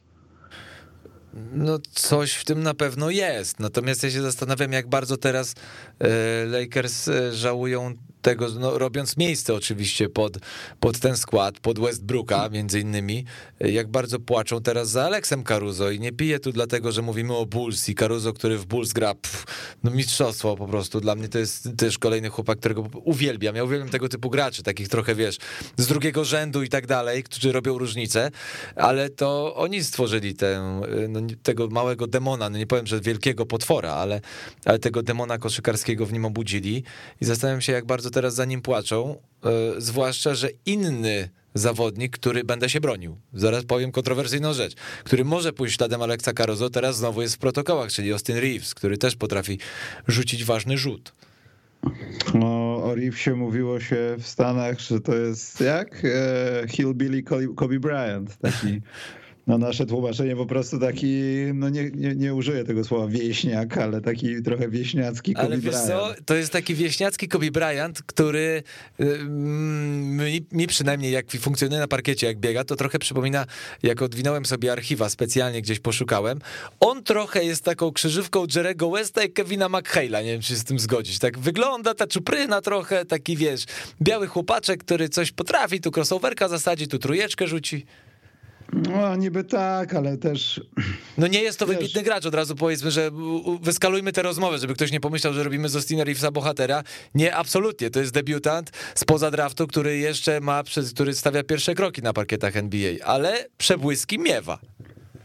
No coś w tym na pewno jest, natomiast ja się zastanawiam, jak bardzo teraz Lakers żałują tego, no, robiąc miejsce oczywiście pod, pod ten skład, pod Westbrooka między innymi, jak bardzo płaczą teraz za Alexem Caruso i nie piję tu dlatego, że mówimy o Bulls i Caruso, który w Bulls gra pff, no mistrzostwo po prostu, dla mnie to jest też kolejny chłopak, którego uwielbiam, ja uwielbiam tego typu graczy, takich trochę wiesz, z drugiego rzędu i tak dalej, którzy robią różnicę, ale to oni stworzyli tę, no, tego małego demona, no nie powiem, że wielkiego potwora, ale, ale tego demona koszykarskiego w nim obudzili i zastanawiam się, jak bardzo teraz za nim płaczą, yy, zwłaszcza, że inny zawodnik, który będę się bronił, zaraz powiem kontrowersyjną rzecz, który może pójść śladem Alexa Caruso, teraz znowu jest w protokołach, czyli Austin Reeves, który też potrafi rzucić ważny rzut. No, o Reevesie mówiło się w Stanach, że to jest jak e, Hillbilly Kobe Bryant, taki no nasze tłumaczenie po prostu taki, no nie, nie, nie użyję tego słowa wieśniak, ale taki trochę wieśniacki Kobe ale wiesz Bryant. Co, to jest taki wieśniacki Kobe Bryant, który mi, mi przynajmniej jak funkcjonuje na parkiecie, jak biega, to trochę przypomina, jak odwinąłem sobie archiwa, specjalnie gdzieś poszukałem, on trochę jest taką krzyżówką Jerry'ego Westa i Kevina McHale'a, nie wiem, czy się z tym zgodzić. Tak wygląda ta czupryna trochę, taki wiesz, biały chłopaczek, który coś potrafi, tu crossoverka zasadzi, tu trójeczkę rzuci. No niby tak, ale też... No nie jest to wiesz, wybitny gracz, od razu powiedzmy, że wyskalujmy tę rozmowę, żeby ktoś nie pomyślał, że robimy z Austina Reevesa bohatera. Nie, absolutnie, to jest debiutant spoza draftu, który jeszcze ma, który stawia pierwsze kroki na parkietach N B A, ale przebłyski miewa.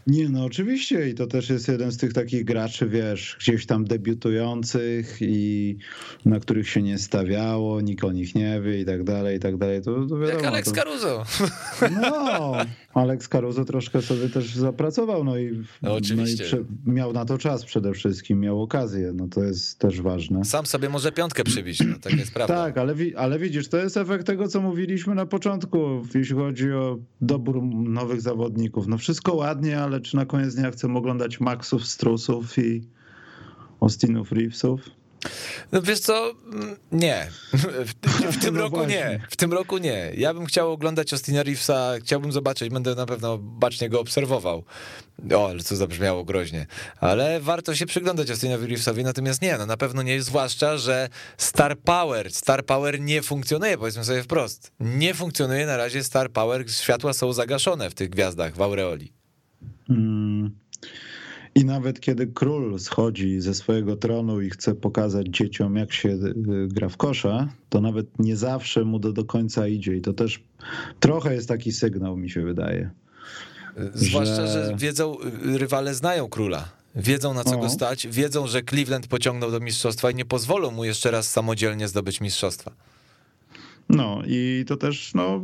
Nie, no oczywiście i to też jest jeden z tych takich graczy, wiesz, gdzieś tam debiutujących i na których się nie stawiało, nikt o nich nie wie i tak dalej, i tak dalej. To, to wiadomo, Jak Alex to... Caruso. No, Alex Caruso troszkę sobie też zapracował, no i, no, oczywiście. No i prze... miał na to czas przede wszystkim, miał okazję, no to jest też ważne. Sam sobie może piątkę przybić, no tak jest prawda. Tak, ale, ale widzisz, to jest efekt tego, co mówiliśmy na początku, jeśli chodzi o dobór nowych zawodników. No wszystko ładnie, ale czy na koniec dnia chcemy oglądać Maxów, Strusów i Austinów, Reevesów? No wiesz co, nie. W, w tym no roku właśnie. nie. W tym roku nie. Ja bym chciał oglądać Austina Reevesa, chciałbym zobaczyć, będę na pewno bacznie go obserwował. O, ale co zabrzmiało groźnie. Ale warto się przyglądać Austinowi Reevesowi, natomiast nie, no na pewno nie, zwłaszcza, że Star Power, Star Power nie funkcjonuje, powiedzmy sobie wprost. Nie funkcjonuje na razie Star Power, światła są zagaszone w tych gwiazdach, w aureoli. Hmm. I nawet kiedy król schodzi ze swojego tronu i chce pokazać dzieciom, jak się gra w kosza, to nawet nie zawsze mu to do końca idzie. I to też trochę jest taki sygnał, mi się wydaje. Zwłaszcza, że, że wiedzą, rywale znają króla. Wiedzą, na co o. go stać, wiedzą, że Cleveland pociągnął do mistrzostwa i nie pozwolą mu jeszcze raz samodzielnie zdobyć mistrzostwa. No i to też, no...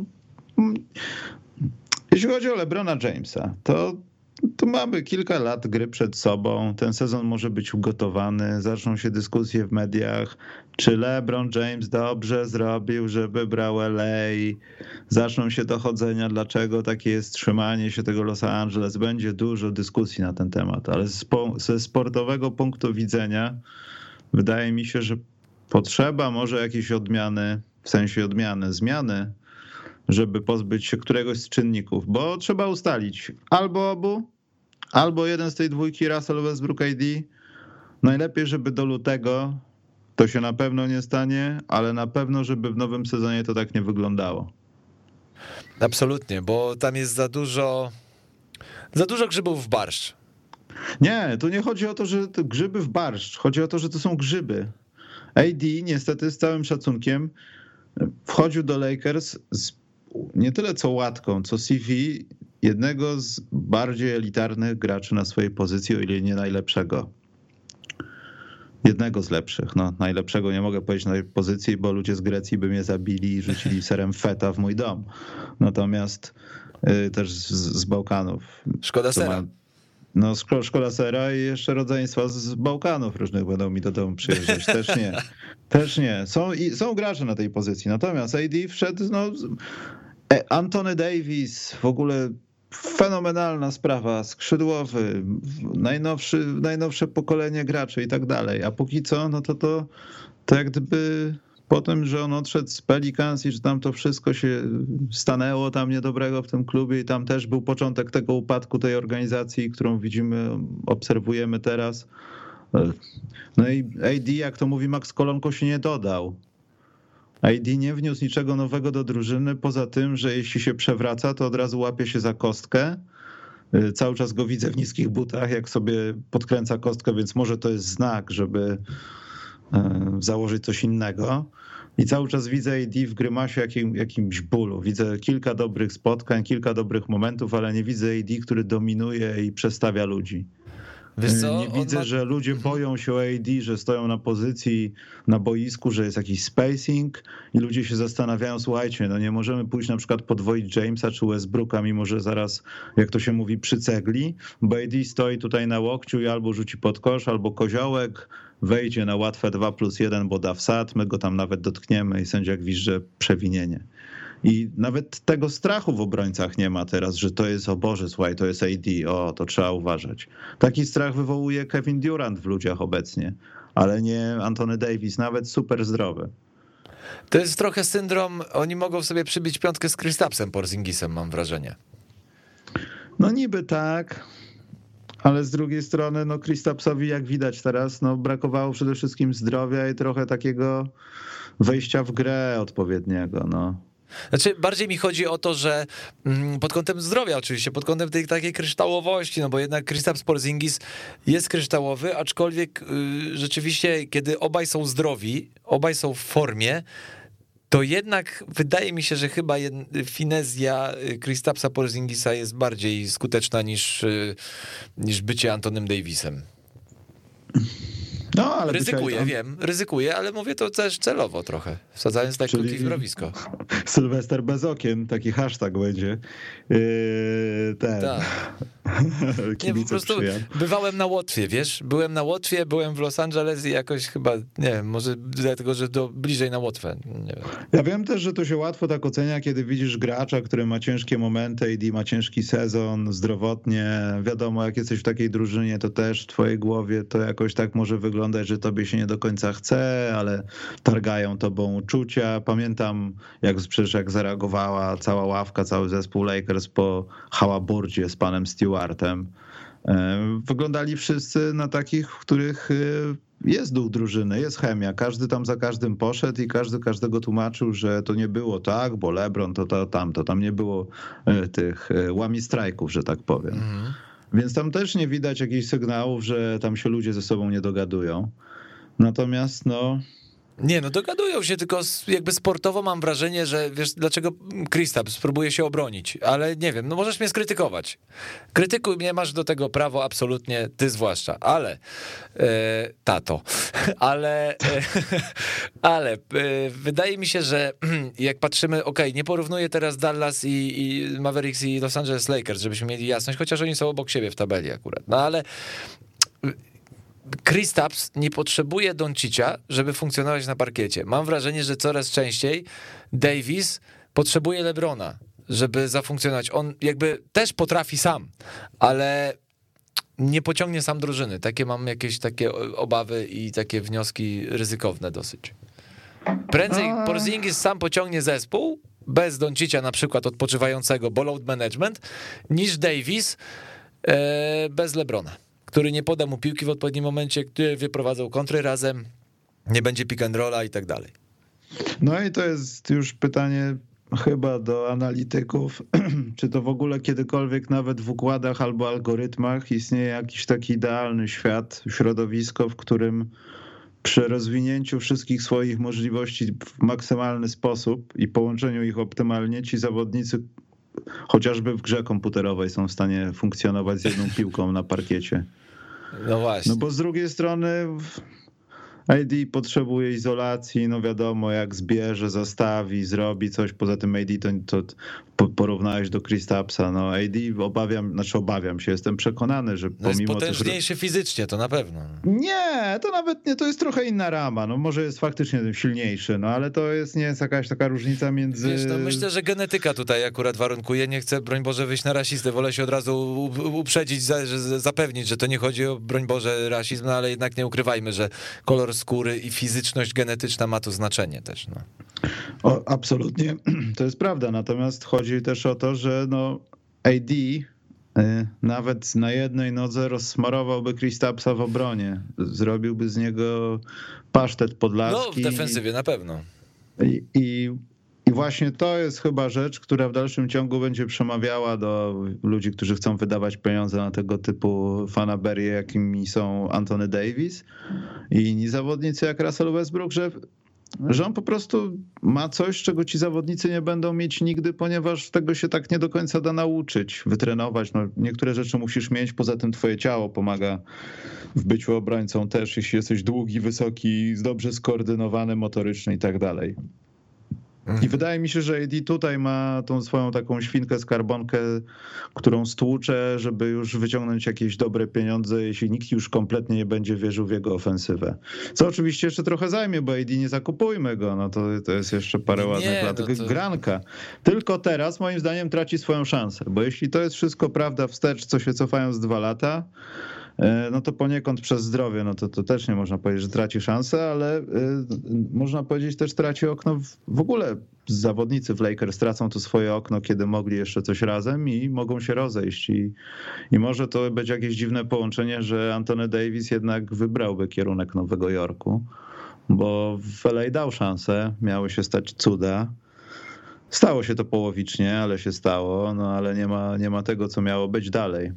Jeśli chodzi o LeBrona Jamesa, to Tu mamy kilka lat gry przed sobą, ten sezon może być ugotowany, zaczną się dyskusje w mediach, czy LeBron James dobrze zrobił, że wybrał L A, zaczną się dochodzenia, dlaczego takie jest trzymanie się tego Los Angeles, będzie dużo dyskusji na ten temat, ale ze sportowego punktu widzenia wydaje mi się, że potrzeba może jakiejś odmiany, w sensie odmiany, zmiany, żeby pozbyć się któregoś z czynników, bo trzeba ustalić albo obu, albo jeden z tej dwójki, Russell, Westbrook, A D. Najlepiej, żeby do lutego to się na pewno nie stanie, ale na pewno, żeby w nowym sezonie to tak nie wyglądało. Absolutnie, bo tam jest za dużo, za dużo grzybów w barszcz. Nie, tu nie chodzi o to, że to grzyby w barszcz, chodzi o to, że to są grzyby. A D niestety z całym szacunkiem wchodził do Lakers z nie tyle co łatką, co C V jednego z bardziej elitarnych graczy na swojej pozycji, o ile nie najlepszego. Jednego z lepszych. No, najlepszego nie mogę powiedzieć na tej pozycji, bo ludzie z Grecji by mnie zabili i rzucili serem feta w mój dom. Natomiast y, też z, z Bałkanów. Szkoda sera. Ma, no szkoda sera i jeszcze rodzeństwa z Bałkanów różnych będą mi do domu przyjeżdżać. Też nie. Też nie. Są, i, są gracze na tej pozycji. Natomiast A D wszedł, no Anthony Davis, w ogóle fenomenalna sprawa, skrzydłowy, najnowszy, najnowsze pokolenie graczy i tak dalej. A póki co, no to to, to jak gdyby po tym, że on odszedł z Pelicans i że tam to wszystko się stanęło tam niedobrego w tym klubie i tam też był początek tego upadku tej organizacji, którą widzimy, obserwujemy teraz. No i A D, jak to mówi Max Kolonko, się nie dodał. A D nie wniósł niczego nowego do drużyny, poza tym, że jeśli się przewraca, to od razu łapie się za kostkę. Cały czas go widzę w niskich butach, jak sobie podkręca kostkę, więc może to jest znak, żeby założyć coś innego. I cały czas widzę A D w grymasie jakim, jakimś bólu. Widzę kilka dobrych spotkań, kilka dobrych momentów, ale nie widzę A D, który dominuje i przestawia ludzi. Wiesz co? Nie widzę, ma... że ludzie boją się o A D, że stoją na pozycji na boisku, że jest jakiś spacing i ludzie się zastanawiają, słuchajcie, no nie możemy pójść na przykład podwoić Jamesa czy Westbrooka, mimo że zaraz, jak to się mówi, przycegli, bo A D stoi tutaj na łokciu i albo rzuci pod kosz, albo koziołek, wejdzie na łatwe dwa plus jeden, bo da wsad, my go tam nawet dotkniemy i sędzia gwizdże przewinienie. I nawet tego strachu w obrońcach nie ma teraz, że to jest, o Boże, słuchaj, to jest A D, o, to trzeba uważać. Taki strach wywołuje Kevin Durant w ludziach obecnie, ale nie Anthony Davis, nawet super zdrowy. To jest trochę syndrom, oni mogą sobie przybić piątkę z Kristapsem Porzingisem, mam wrażenie. No niby tak, ale z drugiej strony, no Kristapsowi, jak widać teraz, no brakowało przede wszystkim zdrowia i trochę takiego wejścia w grę odpowiedniego, no. Znaczy, bardziej mi chodzi o to, że pod kątem zdrowia oczywiście, pod kątem tej takiej kryształowości, no bo jednak Kristaps Porzingis jest kryształowy, aczkolwiek rzeczywiście, kiedy obaj są zdrowi, obaj są w formie, to jednak wydaje mi się, że chyba jed... finezja Kristapsa Porzingisa jest bardziej skuteczna niż, niż bycie Antonym Davisem. No, ale ryzykuję, tam... wiem, ryzykuję, ale mówię to też celowo trochę, wsadzając tak krótki w mrowisko. Sylwester bez okien, taki hashtag będzie. Yy, ten. Tak. Nie, po prostu bywałem na Łotwie, wiesz, byłem na Łotwie, byłem w Los Angeles i jakoś chyba, nie wiem, może dlatego, że to bliżej na Łotwę, nie wiem. Ja wiem też, że to się łatwo tak ocenia, kiedy widzisz gracza, który ma ciężkie momenty, A D ma ciężki sezon, zdrowotnie, wiadomo, jak jesteś w takiej drużynie, to też w twojej głowie to jakoś tak może wyglądać, że tobie się nie do końca chce, ale targają tobą uczucia. Pamiętam, jak przecież jak zareagowała cała ławka, cały zespół Lakers po hałaburdzie z panem Stewartem. Wyglądali wszyscy na takich, w których jest duch drużyny, jest chemia. Każdy tam za każdym poszedł i każdy każdego tłumaczył, że to nie było tak, bo LeBron to, to tamto. Tam nie było tych łamistrajków, że tak powiem. Mhm. Więc tam też nie widać jakichś sygnałów, że tam się ludzie ze sobą nie dogadują. Natomiast no... Nie, no dogadują się, tylko jakby sportowo mam wrażenie, że wiesz, dlaczego Kristaps próbuje się obronić, ale nie wiem, no możesz mnie skrytykować. Krytykuj mnie, masz do tego prawo absolutnie, ty zwłaszcza, ale e, tato, ale e, ale e, wydaje mi się, że jak patrzymy, okej, okay, nie porównuję teraz Dallas i, i Mavericks i Los Angeles Lakers, żebyśmy mieli jasność, chociaż oni są obok siebie w tabeli akurat, no ale Kristaps nie potrzebuje Doncicia, żeby funkcjonować na parkiecie. Mam wrażenie, że coraz częściej Davis potrzebuje LeBrona, żeby zafunkcjonować. On jakby też potrafi sam, ale nie pociągnie sam drużyny. Takie mam jakieś takie obawy i takie wnioski ryzykowne dosyć. Prędzej Porzingis sam pociągnie zespół, bez Doncicia na przykład odpoczywającego, bo load management, niż Davis e, bez LeBrona, który nie poda mu piłki w odpowiednim momencie, który wyprowadzał kontry razem, nie będzie pick and rolla i tak dalej. No i to jest już pytanie chyba do analityków, czy to w ogóle kiedykolwiek nawet w układach albo algorytmach istnieje jakiś taki idealny świat, środowisko, w którym przy rozwinięciu wszystkich swoich możliwości w maksymalny sposób i połączeniu ich optymalnie ci zawodnicy chociażby w grze komputerowej są w stanie funkcjonować z jedną piłką na parkiecie. No właśnie. No bo z drugiej strony A D potrzebuje izolacji, no wiadomo, jak zbierze, zastawi, zrobi coś. Poza tym A D to, to porównałeś do Kristapsa. No A D obawiam, znaczy obawiam się, jestem przekonany, że no pomimo... jest potężniejszy tych... fizycznie, to na pewno. Nie, to nawet nie, to jest trochę inna rama. No może jest faktycznie silniejszy, no ale to jest, nie jest jakaś taka różnica między... Wiesz, no myślę, że genetyka tutaj akurat warunkuje. Nie chcę, broń Boże, wyjść na rasistę. Wolę się od razu uprzedzić, zapewnić, że to nie chodzi o, broń Boże, rasizm, no ale jednak nie ukrywajmy, że kolor skóry i fizyczność genetyczna ma tu znaczenie też. No. O, absolutnie, to jest prawda, natomiast chodzi też o to, że no A D y, nawet na jednej nodze rozsmarowałby Kristapsa w obronie, zrobiłby z niego pasztet podlaski. No w defensywie na pewno. I, i, I właśnie to jest chyba rzecz, która w dalszym ciągu będzie przemawiała do ludzi, którzy chcą wydawać pieniądze na tego typu fanaberie, jakimi są Anthony Davis i inni zawodnicy jak Russell Westbrook, że, że on po prostu ma coś, czego ci zawodnicy nie będą mieć nigdy, ponieważ tego się tak nie do końca da nauczyć, wytrenować. No, niektóre rzeczy musisz mieć, poza tym twoje ciało pomaga w byciu obrońcą też, jeśli jesteś długi, wysoki, dobrze skoordynowany motorycznie i tak dalej. I wydaje mi się, że A D tutaj ma tą swoją taką świnkę, skarbonkę, którą stłucze, żeby już wyciągnąć jakieś dobre pieniądze, jeśli nikt już kompletnie nie będzie wierzył w jego ofensywę. Co oczywiście jeszcze trochę zajmie, bo A D nie zakupujmy go, no to, to jest jeszcze parę nie, ładnych lat no to... granka. Tylko teraz moim zdaniem traci swoją szansę, bo jeśli to jest wszystko prawda wstecz, co się cofając dwa lata, no to poniekąd przez zdrowie, no to, to też nie można powiedzieć, że traci szansę, ale y, można powiedzieć też traci okno w, w ogóle zawodnicy w Lakers tracą to swoje okno, kiedy mogli jeszcze coś razem i mogą się rozejść i, i może to być jakieś dziwne połączenie, że Anthony Davis jednak wybrałby kierunek Nowego Jorku, bo w L A dał szansę, miały się stać cuda. Stało się to połowicznie, ale się stało, no ale nie ma, nie ma tego, co miało być dalej.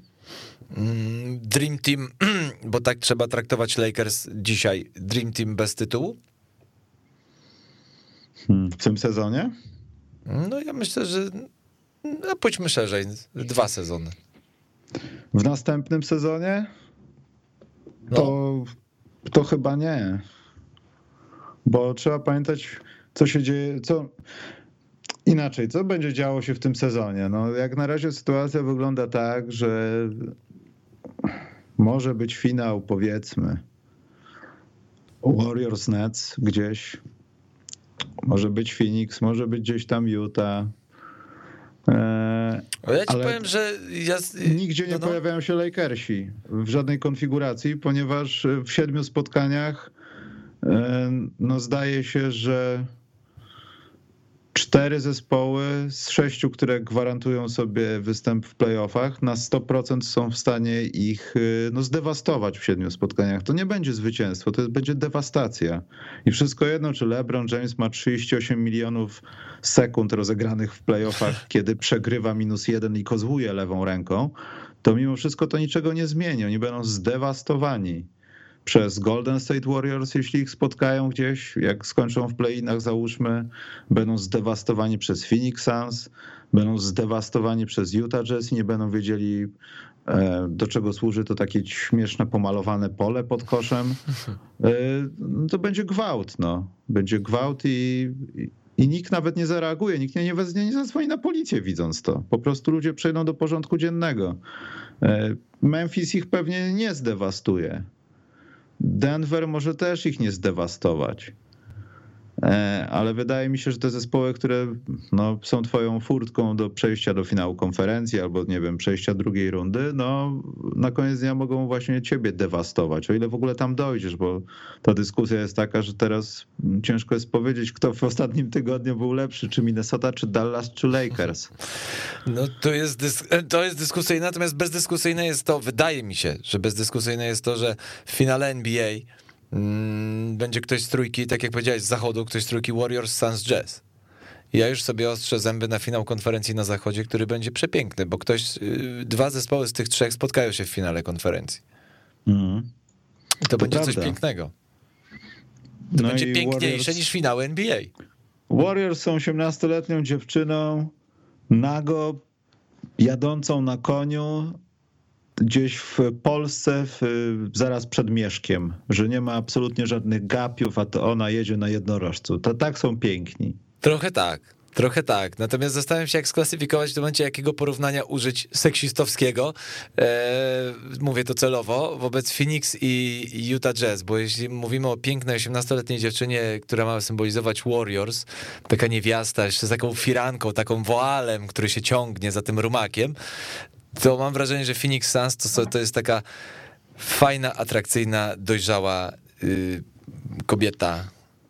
Dream Team, bo tak trzeba traktować Lakers dzisiaj. Dream Team bez tytułu? Hmm. W tym sezonie? No ja myślę, że no pójdźmy szerzej, dwa sezony. W następnym sezonie? To, no. to chyba nie. Bo trzeba pamiętać, co się dzieje, co inaczej, co będzie działo się w tym sezonie. No, jak na razie sytuacja wygląda tak, że może być finał, powiedzmy, Warriors Nets gdzieś. Może być Phoenix, może być gdzieś tam Utah. Ale ja ci ale powiem, że ja... nigdzie nie no, no. pojawiają się Lakersi w żadnej konfiguracji, ponieważ w siedmiu spotkaniach no zdaje się, że cztery zespoły z sześciu, które gwarantują sobie występ w playoffach, na sto procent są w stanie ich no, zdewastować w siedmiu spotkaniach. To nie będzie zwycięstwo, to będzie dewastacja. I wszystko jedno, czy LeBron James ma trzydzieści osiem milionów sekund rozegranych w playoffach, kiedy przegrywa minus jeden i kozłuje lewą ręką, to mimo wszystko to niczego nie zmieni. Oni będą zdewastowani przez Golden State Warriors, jeśli ich spotkają gdzieś, jak skończą w play-inach, załóżmy, będą zdewastowani przez Phoenix Suns, będą zdewastowani przez Utah Jazz i nie będą wiedzieli, do czego służy to takie śmieszne, pomalowane pole pod koszem. To będzie gwałt, no. Będzie gwałt i, i nikt nawet nie zareaguje, nikt nie, nie, nie zadzwoni na policję, widząc to. Po prostu ludzie przejdą do porządku dziennego. Memphis ich pewnie nie zdewastuje. Denver może też ich nie zdewastować, ale wydaje mi się, że te zespoły, które no, są twoją furtką do przejścia do finału konferencji albo, nie wiem, przejścia drugiej rundy, no na koniec dnia mogą właśnie ciebie dewastować, o ile w ogóle tam dojdziesz, bo ta dyskusja jest taka, że teraz ciężko jest powiedzieć, kto w ostatnim tygodniu był lepszy, czy Minnesota, czy Dallas, czy Lakers. No to jest, dys- to jest dyskusyjne, natomiast bezdyskusyjne jest to, wydaje mi się, że bezdyskusyjne jest to, że w finale N B A będzie ktoś z trójki, tak jak powiedziałeś, z zachodu, ktoś z trójki Warriors, Suns, Jazz. Ja już sobie ostrzę zęby na finał konferencji na zachodzie, który będzie przepiękny, bo ktoś, dwa zespoły z tych trzech spotkają się w finale konferencji. Mm. I to, to będzie prawda. Coś pięknego. To no będzie piękniejsze Warriors... niż finały N B A. Warriors są osiemnastoletnią dziewczyną, nago jadącą na koniu, gdzieś w Polsce, w, zaraz przed Mieszkiem, że nie ma absolutnie żadnych gapiów, a to ona jedzie na jednorożcu. To tak są piękni. Trochę tak, trochę tak. Natomiast zastanawiam się, jak sklasyfikować w tym momencie, jakiego porównania użyć seksistowskiego, e, mówię to celowo, wobec Phoenix i Utah Jazz, bo jeśli mówimy o pięknej osiemnastoletniej dziewczynie, która ma symbolizować Warriors, taka niewiasta, jeszcze z taką firanką, taką woalem, który się ciągnie za tym rumakiem, to mam wrażenie, że Phoenix Suns to, to jest taka fajna, atrakcyjna, dojrzała yy, kobieta,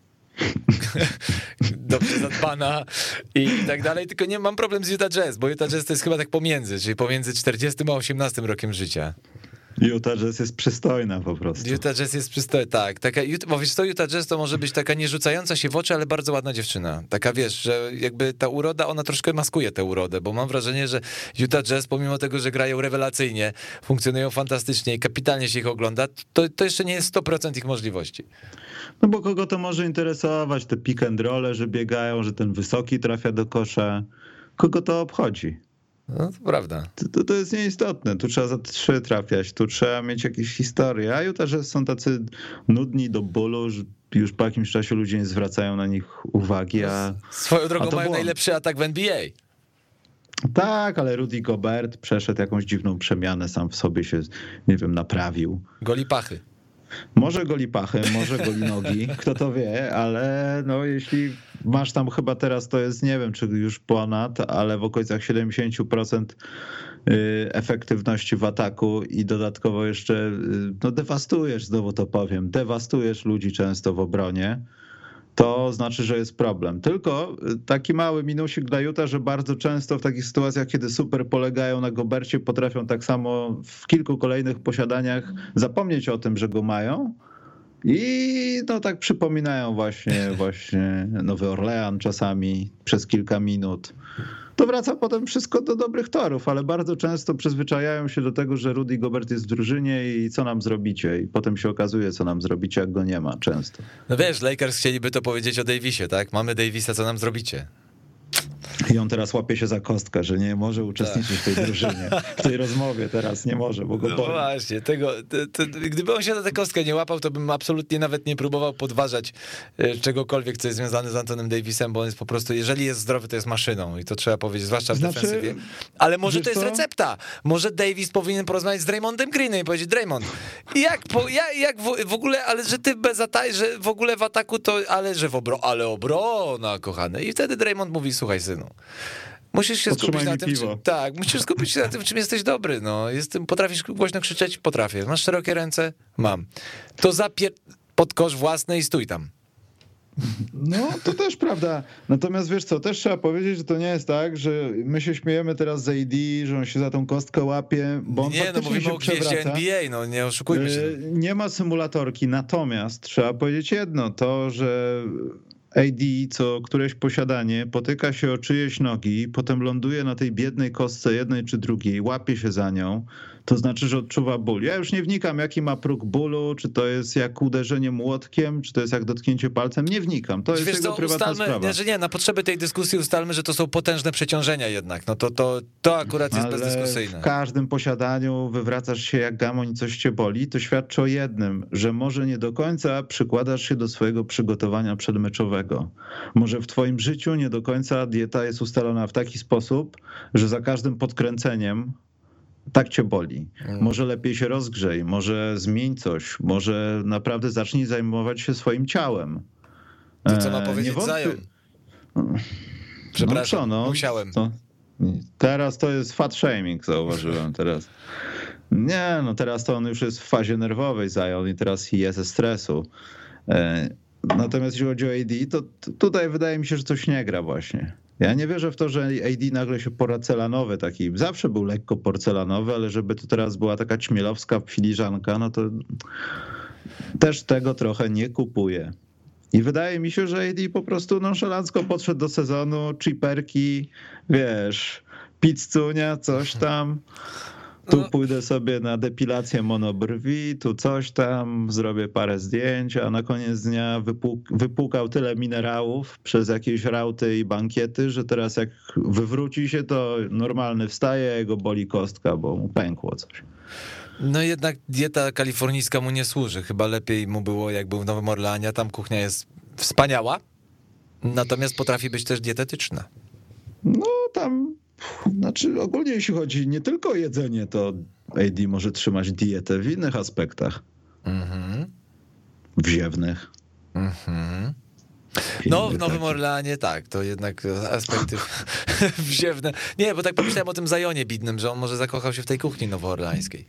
dobrze zadbana i tak dalej, tylko nie mam problem z Utah Jazz, bo Utah Jazz to jest chyba tak pomiędzy, czyli pomiędzy czterdziestym a osiemnastym rokiem życia. Utah Jazz jest przystojna po prostu. Utah Jazz jest przystojna, tak. Taka, bo wiesz co, Utah Jazz to może być taka nie rzucająca się w oczy, ale bardzo ładna dziewczyna. Taka wiesz, że jakby ta uroda, ona troszkę maskuje tę urodę, bo mam wrażenie, że Utah Jazz, pomimo tego, że grają rewelacyjnie, funkcjonują fantastycznie i kapitalnie się ich ogląda, to, to jeszcze nie jest sto procent ich możliwości. No bo kogo to może interesować, te pick and rolle, że biegają, że ten wysoki trafia do kosza. Kogo to obchodzi? No to prawda. To, to jest nieistotne. Tu trzeba za trzy trafiać, tu trzeba mieć jakieś historie. A Utah Jazz są tacy nudni do bólu, że już po jakimś czasie ludzie nie zwracają na nich uwagi. A, Swoją drogą mają błąd. najlepszy atak w N B A. Tak, ale Rudy Gobert przeszedł jakąś dziwną przemianę, sam w sobie się, nie wiem, naprawił. Goli pachy. Może goli pachy, może goli nogi, kto to wie, ale no jeśli masz tam chyba teraz, to jest nie wiem, czy już ponad, ale w okolicach siedemdziesiąt procent efektywności w ataku i dodatkowo jeszcze no dewastujesz, znowu to powiem, dewastujesz ludzi często w obronie, to znaczy, że jest problem. Tylko taki mały minusik dla Utah, że bardzo często w takich sytuacjach, kiedy super polegają na Gobercie, potrafią tak samo w kilku kolejnych posiadaniach zapomnieć o tym, że go mają i no tak przypominają właśnie, właśnie Nowy Orlean czasami przez kilka minut. to wraca potem wszystko do dobrych torów, ale bardzo często przyzwyczajają się do tego, że Rudy Gobert jest w drużynie i co nam zrobicie, i potem się okazuje, co nam zrobicie, jak go nie ma często. No wiesz, Lakers chcieliby to powiedzieć o Davisie, tak? Mamy Davisa, co nam zrobicie? I on teraz łapie się za kostkę, że nie może uczestniczyć w tej drużynie, w tej rozmowie teraz nie może, bo go No boli. właśnie, tego, to, to, gdyby on się na tę kostkę nie łapał, to bym absolutnie nawet nie próbował podważać e, czegokolwiek, co jest związane z Antonem Davisem, bo on jest po prostu, jeżeli jest zdrowy, to jest maszyną i to trzeba powiedzieć, zwłaszcza w Znaczy, defensywie. Ale może to jest co? recepta. Może Davis powinien porozmawiać z Draymondem Greenem i powiedzieć, Draymond, jak, po, jak, jak w, w ogóle, ale że ty bez ataj, że w ogóle w ataku to, ale że w obro, ale obrona, kochany. I wtedy Draymond mówi, słuchaj synu, musisz się Podtrzymaj skupić na mi tym, piwo. czym, tak, musisz skupić się na tym, w czym jesteś dobry, no. Jestem, potrafisz głośno krzyczeć? Potrafię. Masz szerokie ręce? Mam. To zapier... pod kosz własny i stój tam. No, to też prawda. Natomiast wiesz co, też trzeba powiedzieć, że to nie jest tak, że my się śmiejemy teraz z A D, że on się za tą kostkę łapie, bo on Nie, no faktycznie mówimy się o gwieździe przewraca. N B A, no nie oszukujmy się. Yy, Nie ma symulatorki, natomiast trzeba powiedzieć jedno, to, że A D co któreś posiadanie potyka się o czyjeś nogi, potem ląduje na tej biednej kostce jednej czy drugiej, łapie się za nią, to znaczy, że odczuwa ból. Ja już nie wnikam, jaki ma próg bólu, czy to jest jak uderzenie młotkiem, czy to jest jak dotknięcie palcem, nie wnikam, to jest Wiesz jego co, prywatna ustalmy, sprawa. nie, że nie, na potrzeby tej dyskusji ustalmy, że to są potężne przeciążenia jednak, no to, to, to akurat jest Ale bezdyskusyjne. w każdym posiadaniu wywracasz się jak gamoń i coś cię boli, to świadczy o jednym, że może nie do końca przykładasz się do swojego przygotowania przedmeczowego. Może w twoim życiu nie do końca dieta jest ustalona w taki sposób, że za każdym podkręceniem tak cię boli. Może lepiej się rozgrzej, może zmień coś, może naprawdę zacznij zajmować się swoim ciałem. To co ma E, powiedzieć nie wątpię- Zion? Przepraszam, no, co, no, musiałem. To, teraz to jest fat shaming, zauważyłem teraz. Nie, no teraz to on już jest w fazie nerwowej Zion i teraz je ze stresu. E, Natomiast jeśli chodzi o A D, to t- tutaj wydaje mi się, że coś nie gra właśnie. Ja nie wierzę w to, że A D nagle się porcelanowy taki, zawsze był lekko porcelanowy, ale żeby to teraz była taka ćmielowska filiżanka, no to też tego trochę nie kupuję. I wydaje mi się, że A D po prostu nonszalancko podszedł do sezonu, chiperki, wiesz, pizzunia, coś tam. Tu pójdę sobie na depilację monobrwi, tu coś tam, zrobię parę zdjęć, a na koniec dnia wypłuk, wypłukał tyle minerałów przez jakieś rauty i bankiety, że teraz jak wywróci się, to normalny wstaje, a jego boli kostka, bo mu pękło coś. No jednak dieta kalifornijska mu nie służy. Chyba lepiej mu było, jak był w Nowym Orleanie. Tam kuchnia jest wspaniała, natomiast potrafi być też dietetyczna. No tam, znaczy ogólnie jeśli chodzi nie tylko o jedzenie, to A D może trzymać dietę w innych aspektach. Mhm. Wziewnych. Mhm. No, w Innych Nowym takich. Orleanie tak, to jednak aspekty wziewne. Nie, bo tak pomyślałem o tym Zajonie bidnym, że on może zakochał się w tej kuchni nowoorleańskiej.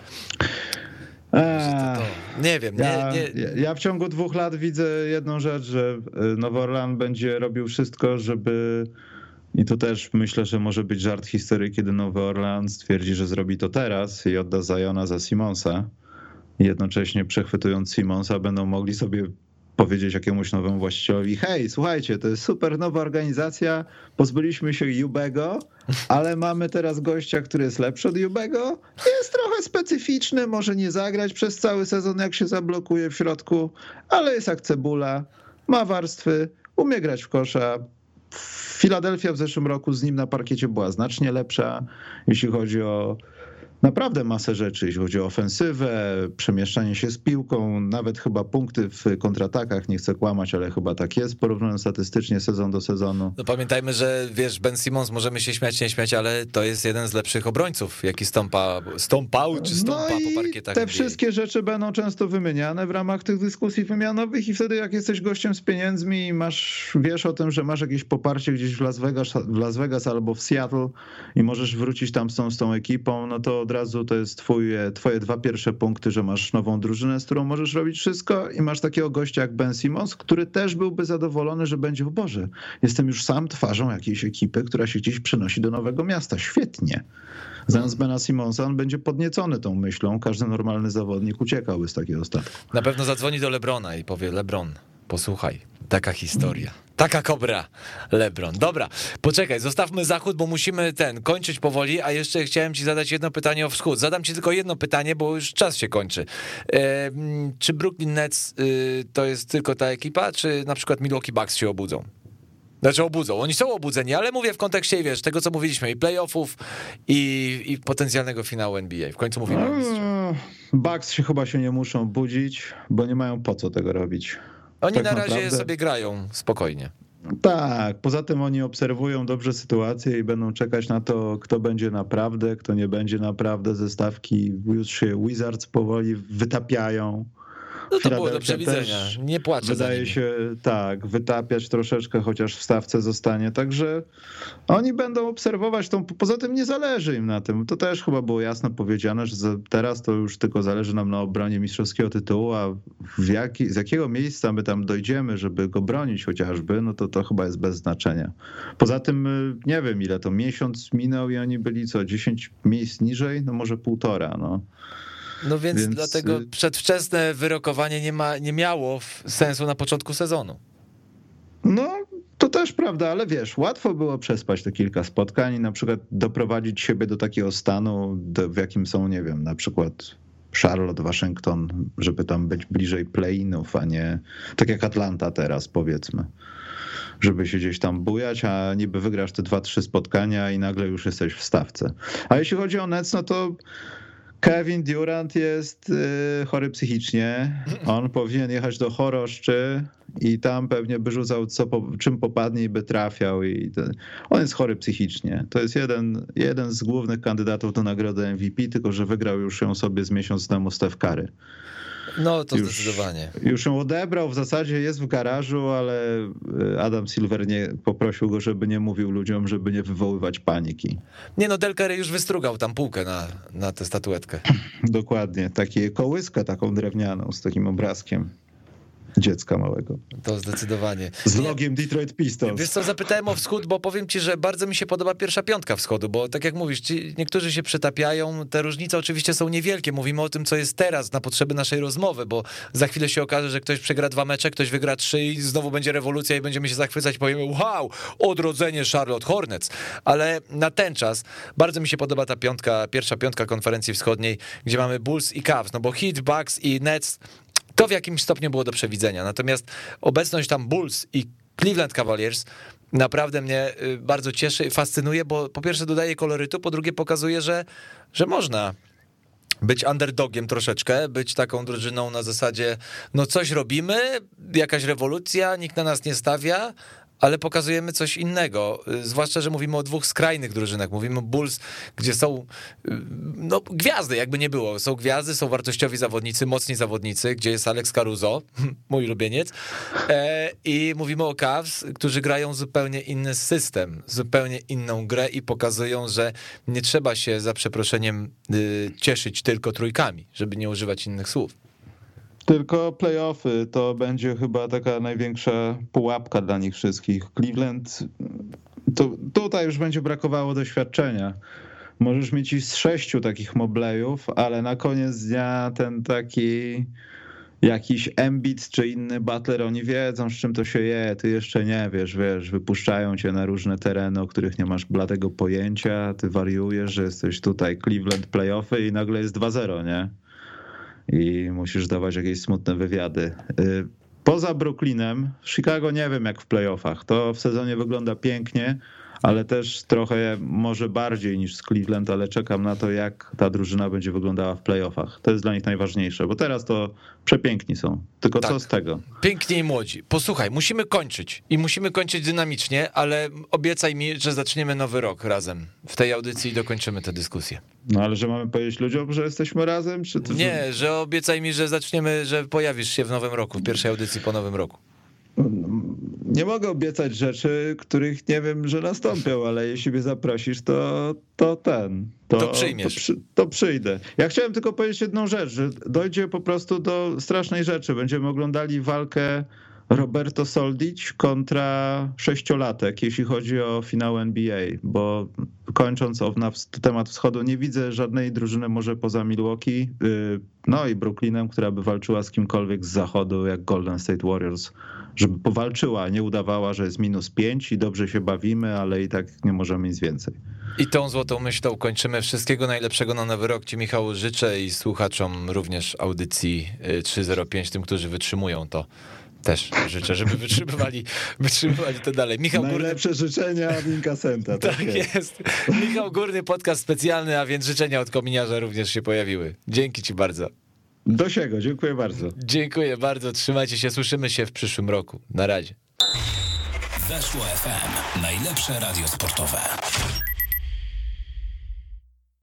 Że to, to. Nie wiem, nie, Ja, nie. ja- ja w ciągu dwóch lat widzę jedną rzecz, że Nowy Orlean będzie robił wszystko, żeby... I to też myślę, że może być żart historii, kiedy Nowy Orlean stwierdzi, że zrobi to teraz i odda Zajona za Simonsa. I jednocześnie przechwytując Simonsa będą mogli sobie powiedzieć jakiemuś nowemu właścicielowi: hej, słuchajcie, to jest super nowa organizacja, pozbyliśmy się Jubego, ale mamy teraz gościa, który jest lepszy od Jubego, jest trochę specyficzny, może nie zagrać przez cały sezon, jak się zablokuje w środku, ale jest jak cebula, ma warstwy, umie grać w kosza. Filadelfia w zeszłym roku z nim na parkiecie była znacznie lepsza, jeśli chodzi o naprawdę masę rzeczy, jeśli chodzi o ofensywę, przemieszczanie się z piłką, nawet chyba punkty w kontratakach, nie chcę kłamać, ale chyba tak jest, porównując statystycznie sezon do sezonu. No pamiętajmy, że wiesz, Ben Simmons, możemy się śmiać, nie śmiać, ale to jest jeden z lepszych obrońców, jaki stąpa, stąpał czy stąpa No i po parkietach te N B A. wszystkie rzeczy będą często wymieniane w ramach tych dyskusji wymianowych i wtedy jak jesteś gościem z pieniędzmi i masz, wiesz o tym, że masz jakieś poparcie gdzieś w Las Vegas, w Las Vegas albo w Seattle i możesz wrócić tam z tą, z tą ekipą, no to od razu to jest twoje, twoje dwa pierwsze punkty, że masz nową drużynę, z którą możesz robić wszystko i masz takiego gościa jak Ben Simmons, który też byłby zadowolony, że będzie, o Boże, jestem już sam twarzą jakiejś ekipy, która się gdzieś przenosi do nowego miasta. Świetnie. Zamiast Bena Simmonsa on będzie podniecony tą myślą. Każdy normalny zawodnik uciekałby z takiego statku. Na pewno zadzwoni do LeBrona i powie: LeBron, posłuchaj, taka historia. Taka kobra, LeBron. Dobra, poczekaj, zostawmy zachód, bo musimy ten, kończyć powoli, a jeszcze chciałem ci zadać jedno pytanie o wschód. Zadam ci tylko jedno pytanie, bo już czas się kończy. E, czy Brooklyn Nets y, to jest tylko ta ekipa, czy na przykład Milwaukee Bucks się obudzą? Znaczy obudzą, oni są obudzeni, ale mówię w kontekście, wiesz, tego co mówiliśmy, i playoffów, i, i potencjalnego finału N B A. W końcu mówimy o mistrzu. Bucks się chyba się nie muszą budzić, bo nie mają po co tego robić. Oni tak na razie naprawdę... sobie grają spokojnie. Tak, poza tym oni obserwują dobrze sytuację i będą czekać na to, kto będzie naprawdę, kto nie będzie naprawdę ze stawki. Już się Wizards powoli wytapiają. No to było do przewidzenia, nie płaczę. Wydaje się tak, wytapiać troszeczkę, chociaż w stawce zostanie, także oni będą obserwować tą, poza tym nie zależy im na tym, to też chyba było jasno powiedziane, że teraz to już tylko zależy nam na obronie mistrzowskiego tytułu, a w jaki, z jakiego miejsca my tam dojdziemy, żeby go bronić chociażby, no to to chyba jest bez znaczenia. Poza tym nie wiem ile to, miesiąc minął i oni byli co, dziesięć miejsc niżej, no może półtora, no. No więc, więc dlatego przedwczesne wyrokowanie nie, ma, nie miało sensu na początku sezonu. No, to też prawda, ale wiesz, łatwo było przespać te kilka spotkań i na przykład doprowadzić siebie do takiego stanu, do, w jakim są, nie wiem, na przykład Charlotte, Waszyngton, żeby tam być bliżej play-inów, a nie tak jak Atlanta teraz, powiedzmy. Żeby się gdzieś tam bujać, a niby wygrasz te dwa, trzy spotkania i nagle już jesteś w stawce. A jeśli chodzi o Nets, no to Kevin Durant jest chory psychicznie. On powinien jechać do choroszczy i tam pewnie by rzucał co, czym popadnie i by trafiał. I ten, on jest chory psychicznie. To jest jeden, jeden z głównych kandydatów do nagrody M V P, tylko że wygrał już ją sobie z miesiąc temu Steph Curry. No to już, zdecydowanie. Już ją odebrał, w zasadzie jest w garażu, ale Adam Silver nie, poprosił go, żeby nie mówił ludziom, żeby nie wywoływać paniki. Nie no, Del Curry już wystrugał tam półkę na, na tę statuetkę. Dokładnie, takie kołyskę taką drewnianą z takim obrazkiem dziecka małego. To zdecydowanie. Z logiem Detroit Pistons. Wiesz co, zapytałem o wschód, bo powiem ci, że bardzo mi się podoba pierwsza piątka wschodu, bo tak jak mówisz, ci, niektórzy się przetapiają, te różnice oczywiście są niewielkie, mówimy o tym, co jest teraz na potrzeby naszej rozmowy, bo za chwilę się okaże, że ktoś przegra dwa mecze, ktoś wygra trzy i znowu będzie rewolucja i będziemy się zachwycać, powiemy wow, odrodzenie Charlotte Hornets, ale na ten czas bardzo mi się podoba ta piątka, pierwsza piątka konferencji wschodniej, gdzie mamy Bulls i Cavs, no bo Heat, Bucks i Nets to w jakimś stopniu było do przewidzenia. Natomiast obecność tam Bulls i Cleveland Cavaliers naprawdę mnie bardzo cieszy, fascynuje, bo po pierwsze dodaje kolorytu, po drugie pokazuje, że, że można być underdogiem troszeczkę, być taką drużyną na zasadzie, no coś robimy, jakaś rewolucja, nikt na nas nie stawia, ale pokazujemy coś innego, zwłaszcza, że mówimy o dwóch skrajnych drużynach, mówimy o Bulls, gdzie są no, gwiazdy, jakby nie było, są gwiazdy, są wartościowi zawodnicy, mocni zawodnicy, gdzie jest Alex Caruso, mój ulubieniec, e, i mówimy o Cavs, którzy grają zupełnie inny system, zupełnie inną grę i pokazują, że nie trzeba się za przeproszeniem y, cieszyć tylko trójkami, żeby nie używać innych słów. Tylko playoffy to będzie chyba taka największa pułapka dla nich wszystkich. Cleveland, to tutaj już będzie brakowało doświadczenia. Możesz mieć i z sześciu takich moblejów, ale na koniec dnia ten taki jakiś Embiid czy inny Butler, oni wiedzą, z czym to się je, ty jeszcze nie wiesz, wiesz, wypuszczają cię na różne tereny, o których nie masz bladego pojęcia, ty wariujesz, że jesteś tutaj Cleveland playoffy i nagle jest dwa zero, nie? I musisz dawać jakieś smutne wywiady. Poza Brooklynem, Chicago nie wiem jak w playoffach. To w sezonie wygląda pięknie, ale też trochę może bardziej niż z Cleveland, ale czekam na to, jak ta drużyna będzie wyglądała w playoffach. To jest dla nich najważniejsze, bo teraz to przepiękni są. Tylko tak. Co z tego? Piękni i młodzi. Posłuchaj, musimy kończyć i musimy kończyć dynamicznie, ale obiecaj mi, że zaczniemy nowy rok razem w tej audycji i dokończymy tę dyskusję. No ale że mamy powiedzieć ludziom, że jesteśmy razem? Czy to, nie, że obiecaj mi, że zaczniemy, że pojawisz się w nowym roku, w pierwszej audycji po nowym roku. Nie mogę obiecać rzeczy, których nie wiem, że nastąpią, ale jeśli mnie zaprosisz, to, to ten. To, to przyjmiesz. To, przy, to przyjdę. Ja chciałem tylko powiedzieć jedną rzecz, że dojdzie po prostu do strasznej rzeczy. Będziemy oglądali walkę Roberto Soldić kontra sześciolatek, jeśli chodzi o finał N B A, bo kończąc na temat wschodu, nie widzę żadnej drużyny może poza Milwaukee, no i Brooklynem, która by walczyła z kimkolwiek z zachodu, jak Golden State Warriors, żeby powalczyła, nie udawała, że jest minus pięć i dobrze się bawimy, ale i tak nie możemy nic więcej. I tą złotą myślą kończymy. Wszystkiego najlepszego na nowy rok Ci, Michał, życzę i słuchaczom również audycji trzy zero pięć, tym, którzy wytrzymują to. Też życzę, żeby wytrzymywali, wytrzymywali to dalej. Michał Najlepsze Górny... życzenia Minkasenta. Tak, tak jest. jest. Michał Górny, podcast specjalny, a więc życzenia od kominiarza również się pojawiły. Dzięki Ci bardzo. Do siego, dziękuję bardzo. Dziękuję bardzo, trzymajcie się, słyszymy się w przyszłym roku. Na razie. Weszło F M, najlepsze radio sportowe.